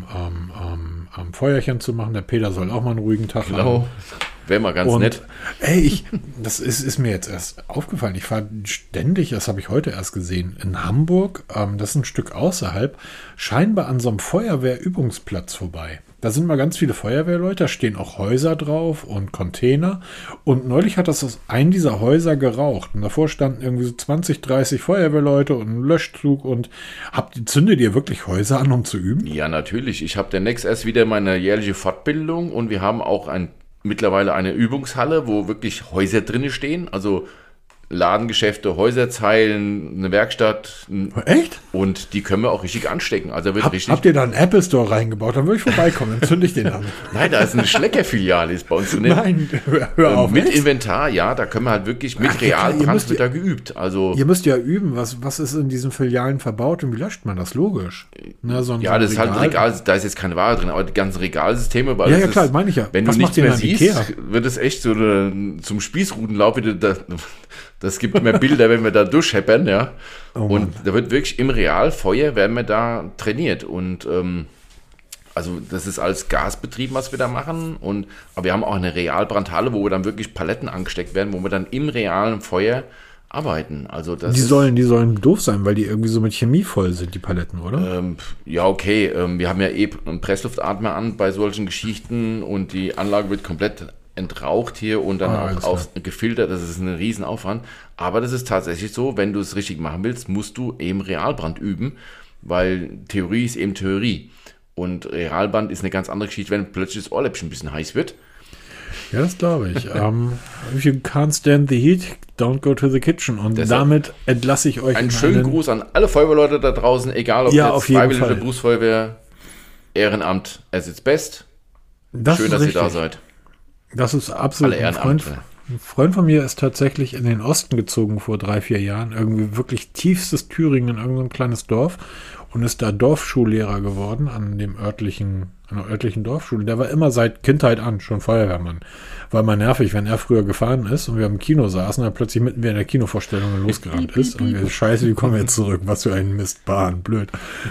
am Feuerchen zu machen. Der Peter soll auch mal einen ruhigen Tag haben. Wäre mal ganz nett. Ey, das ist mir jetzt erst aufgefallen. Ich fahre ständig, das habe ich heute erst gesehen, in Hamburg, das ist ein Stück außerhalb, scheinbar an so einem Feuerwehrübungsplatz vorbei. Da sind mal ganz viele Feuerwehrleute, da stehen auch Häuser drauf und Container. Und neulich hat das aus einem dieser Häuser geraucht. Und davor standen irgendwie so 20, 30 Feuerwehrleute und ein Löschzug. Und zündet ihr wirklich Häuser an, um zu üben? Ja, natürlich. Ich habe demnächst erst wieder meine jährliche Fortbildung und wir haben auch mittlerweile eine Übungshalle, wo wirklich Häuser drinne stehen. Also Ladengeschäfte, Häuserzeilen, eine Werkstatt. Echt? Und die können wir auch richtig anstecken. Also habt ihr da einen Apple Store reingebaut? Dann würde ich vorbeikommen, dann zünde ich den an. Nein, da ist eine Schlecker-Filiale ist bei uns drin. Nein, hör auf. Mit Inventar, ja, da können wir halt wirklich mit Realbrand wird da geübt. Also, ihr müsst ja üben, was ist in diesen Filialen verbaut und wie löscht man das? Logisch. Das ist halt ein Regal, da ist jetzt keine Ware drin, aber die ganzen Regalsysteme. Weil ja, klar, meine ich ja. Wenn was du nichts mehr siehst, Ikea? wird es echt so zum Spießrutenlauf wieder. Das gibt mehr Bilder, wenn wir da durchscheppern, ja. Und da wird wirklich im Realfeuer werden wir da trainiert. Und also das ist alles Gasbetrieb, was wir da machen. Aber wir haben auch eine Realbrandhalle, wo wir dann wirklich Paletten angesteckt werden, wo wir dann im realen Feuer arbeiten. Also die sollen doof sein, weil die irgendwie so mit Chemie voll sind, die Paletten, oder? Ja, okay. Wir haben ja einen Pressluftatmer an bei solchen Geschichten und die Anlage wird komplett entraucht hier und dann auch gefiltert. Das ist ein Riesenaufwand. Aber das ist tatsächlich so, wenn du es richtig machen willst, musst du eben Realbrand üben, weil Theorie ist eben Theorie. Und Realbrand ist eine ganz andere Geschichte, wenn plötzlich das Ohrläppchen ein bisschen heiß wird. Ja, das glaube ich. If you can't stand the heat, don't go to the kitchen. Und damit entlasse ich euch. Einen schönen Gruß an alle Feuerwehrleute da draußen, egal ob jetzt Freiwillige Berufsfeuerwehr, Ehrenamt, as it's best. Schön, dass ihr da seid. Das ist absolut ein Freund von mir ist tatsächlich in den Osten gezogen vor 3-4 Jahren, irgendwie wirklich tiefstes Thüringen in irgendein kleines Dorf und ist da Dorfschullehrer geworden an einer örtlichen Dorfschule. Der war immer seit Kindheit an schon Feuerwehrmann. War mal nervig, wenn er früher gefahren ist und wir im Kino saßen und er plötzlich mitten in der Kinovorstellung losgerannt ist und wir, scheiße, wie kommen wir jetzt zurück? Was für ein Mistbahn, blöd.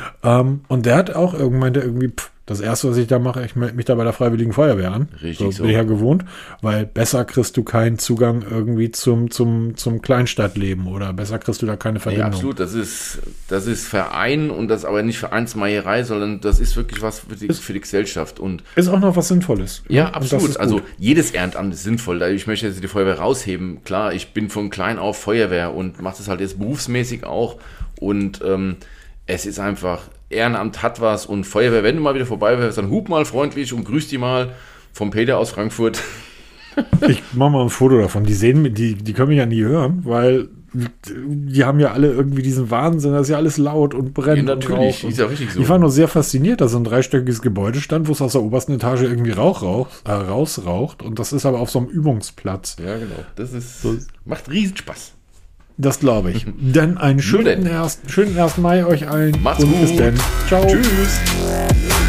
Und der hat auch irgendwie das Erste, was ich da mache, ich melde mich da bei der Freiwilligen Feuerwehr an. Richtig so. Bin ich ja gewohnt, weil besser kriegst du keinen Zugang irgendwie zum Kleinstadtleben oder besser kriegst du da keine Verbindung. Ja, absolut. Das ist Verein und das aber nicht Vereinsmeierei, sondern das ist wirklich was für die Gesellschaft. Und ist auch noch was Sinnvolles. Ja, absolut. Also jedes Ehrenamt ist sinnvoll. Ich möchte jetzt die Feuerwehr rausheben. Klar, ich bin von klein auf Feuerwehr und mache das halt jetzt berufsmäßig auch. Und es ist einfach, Ehrenamt hat was und Feuerwehr, wenn du mal wieder vorbei wärst, dann hub mal freundlich und grüß die mal vom Peter aus Frankfurt. Ich mache mal ein Foto davon. Die können mich ja nie hören, weil die haben ja alle irgendwie diesen Wahnsinn, das ist ja alles laut und brennt. Ja, natürlich, ist ja richtig so. Ich war nur sehr fasziniert, dass so ein 3-stöckiges Gebäude stand, wo es aus der obersten Etage irgendwie rausraucht und das ist aber auf so einem Übungsplatz. Ja, genau. Macht Riesenspaß. Das glaube ich. Dann einen schönen 1. Mai euch allen. Macht's gut. Bis dann. Ciao. Tschüss.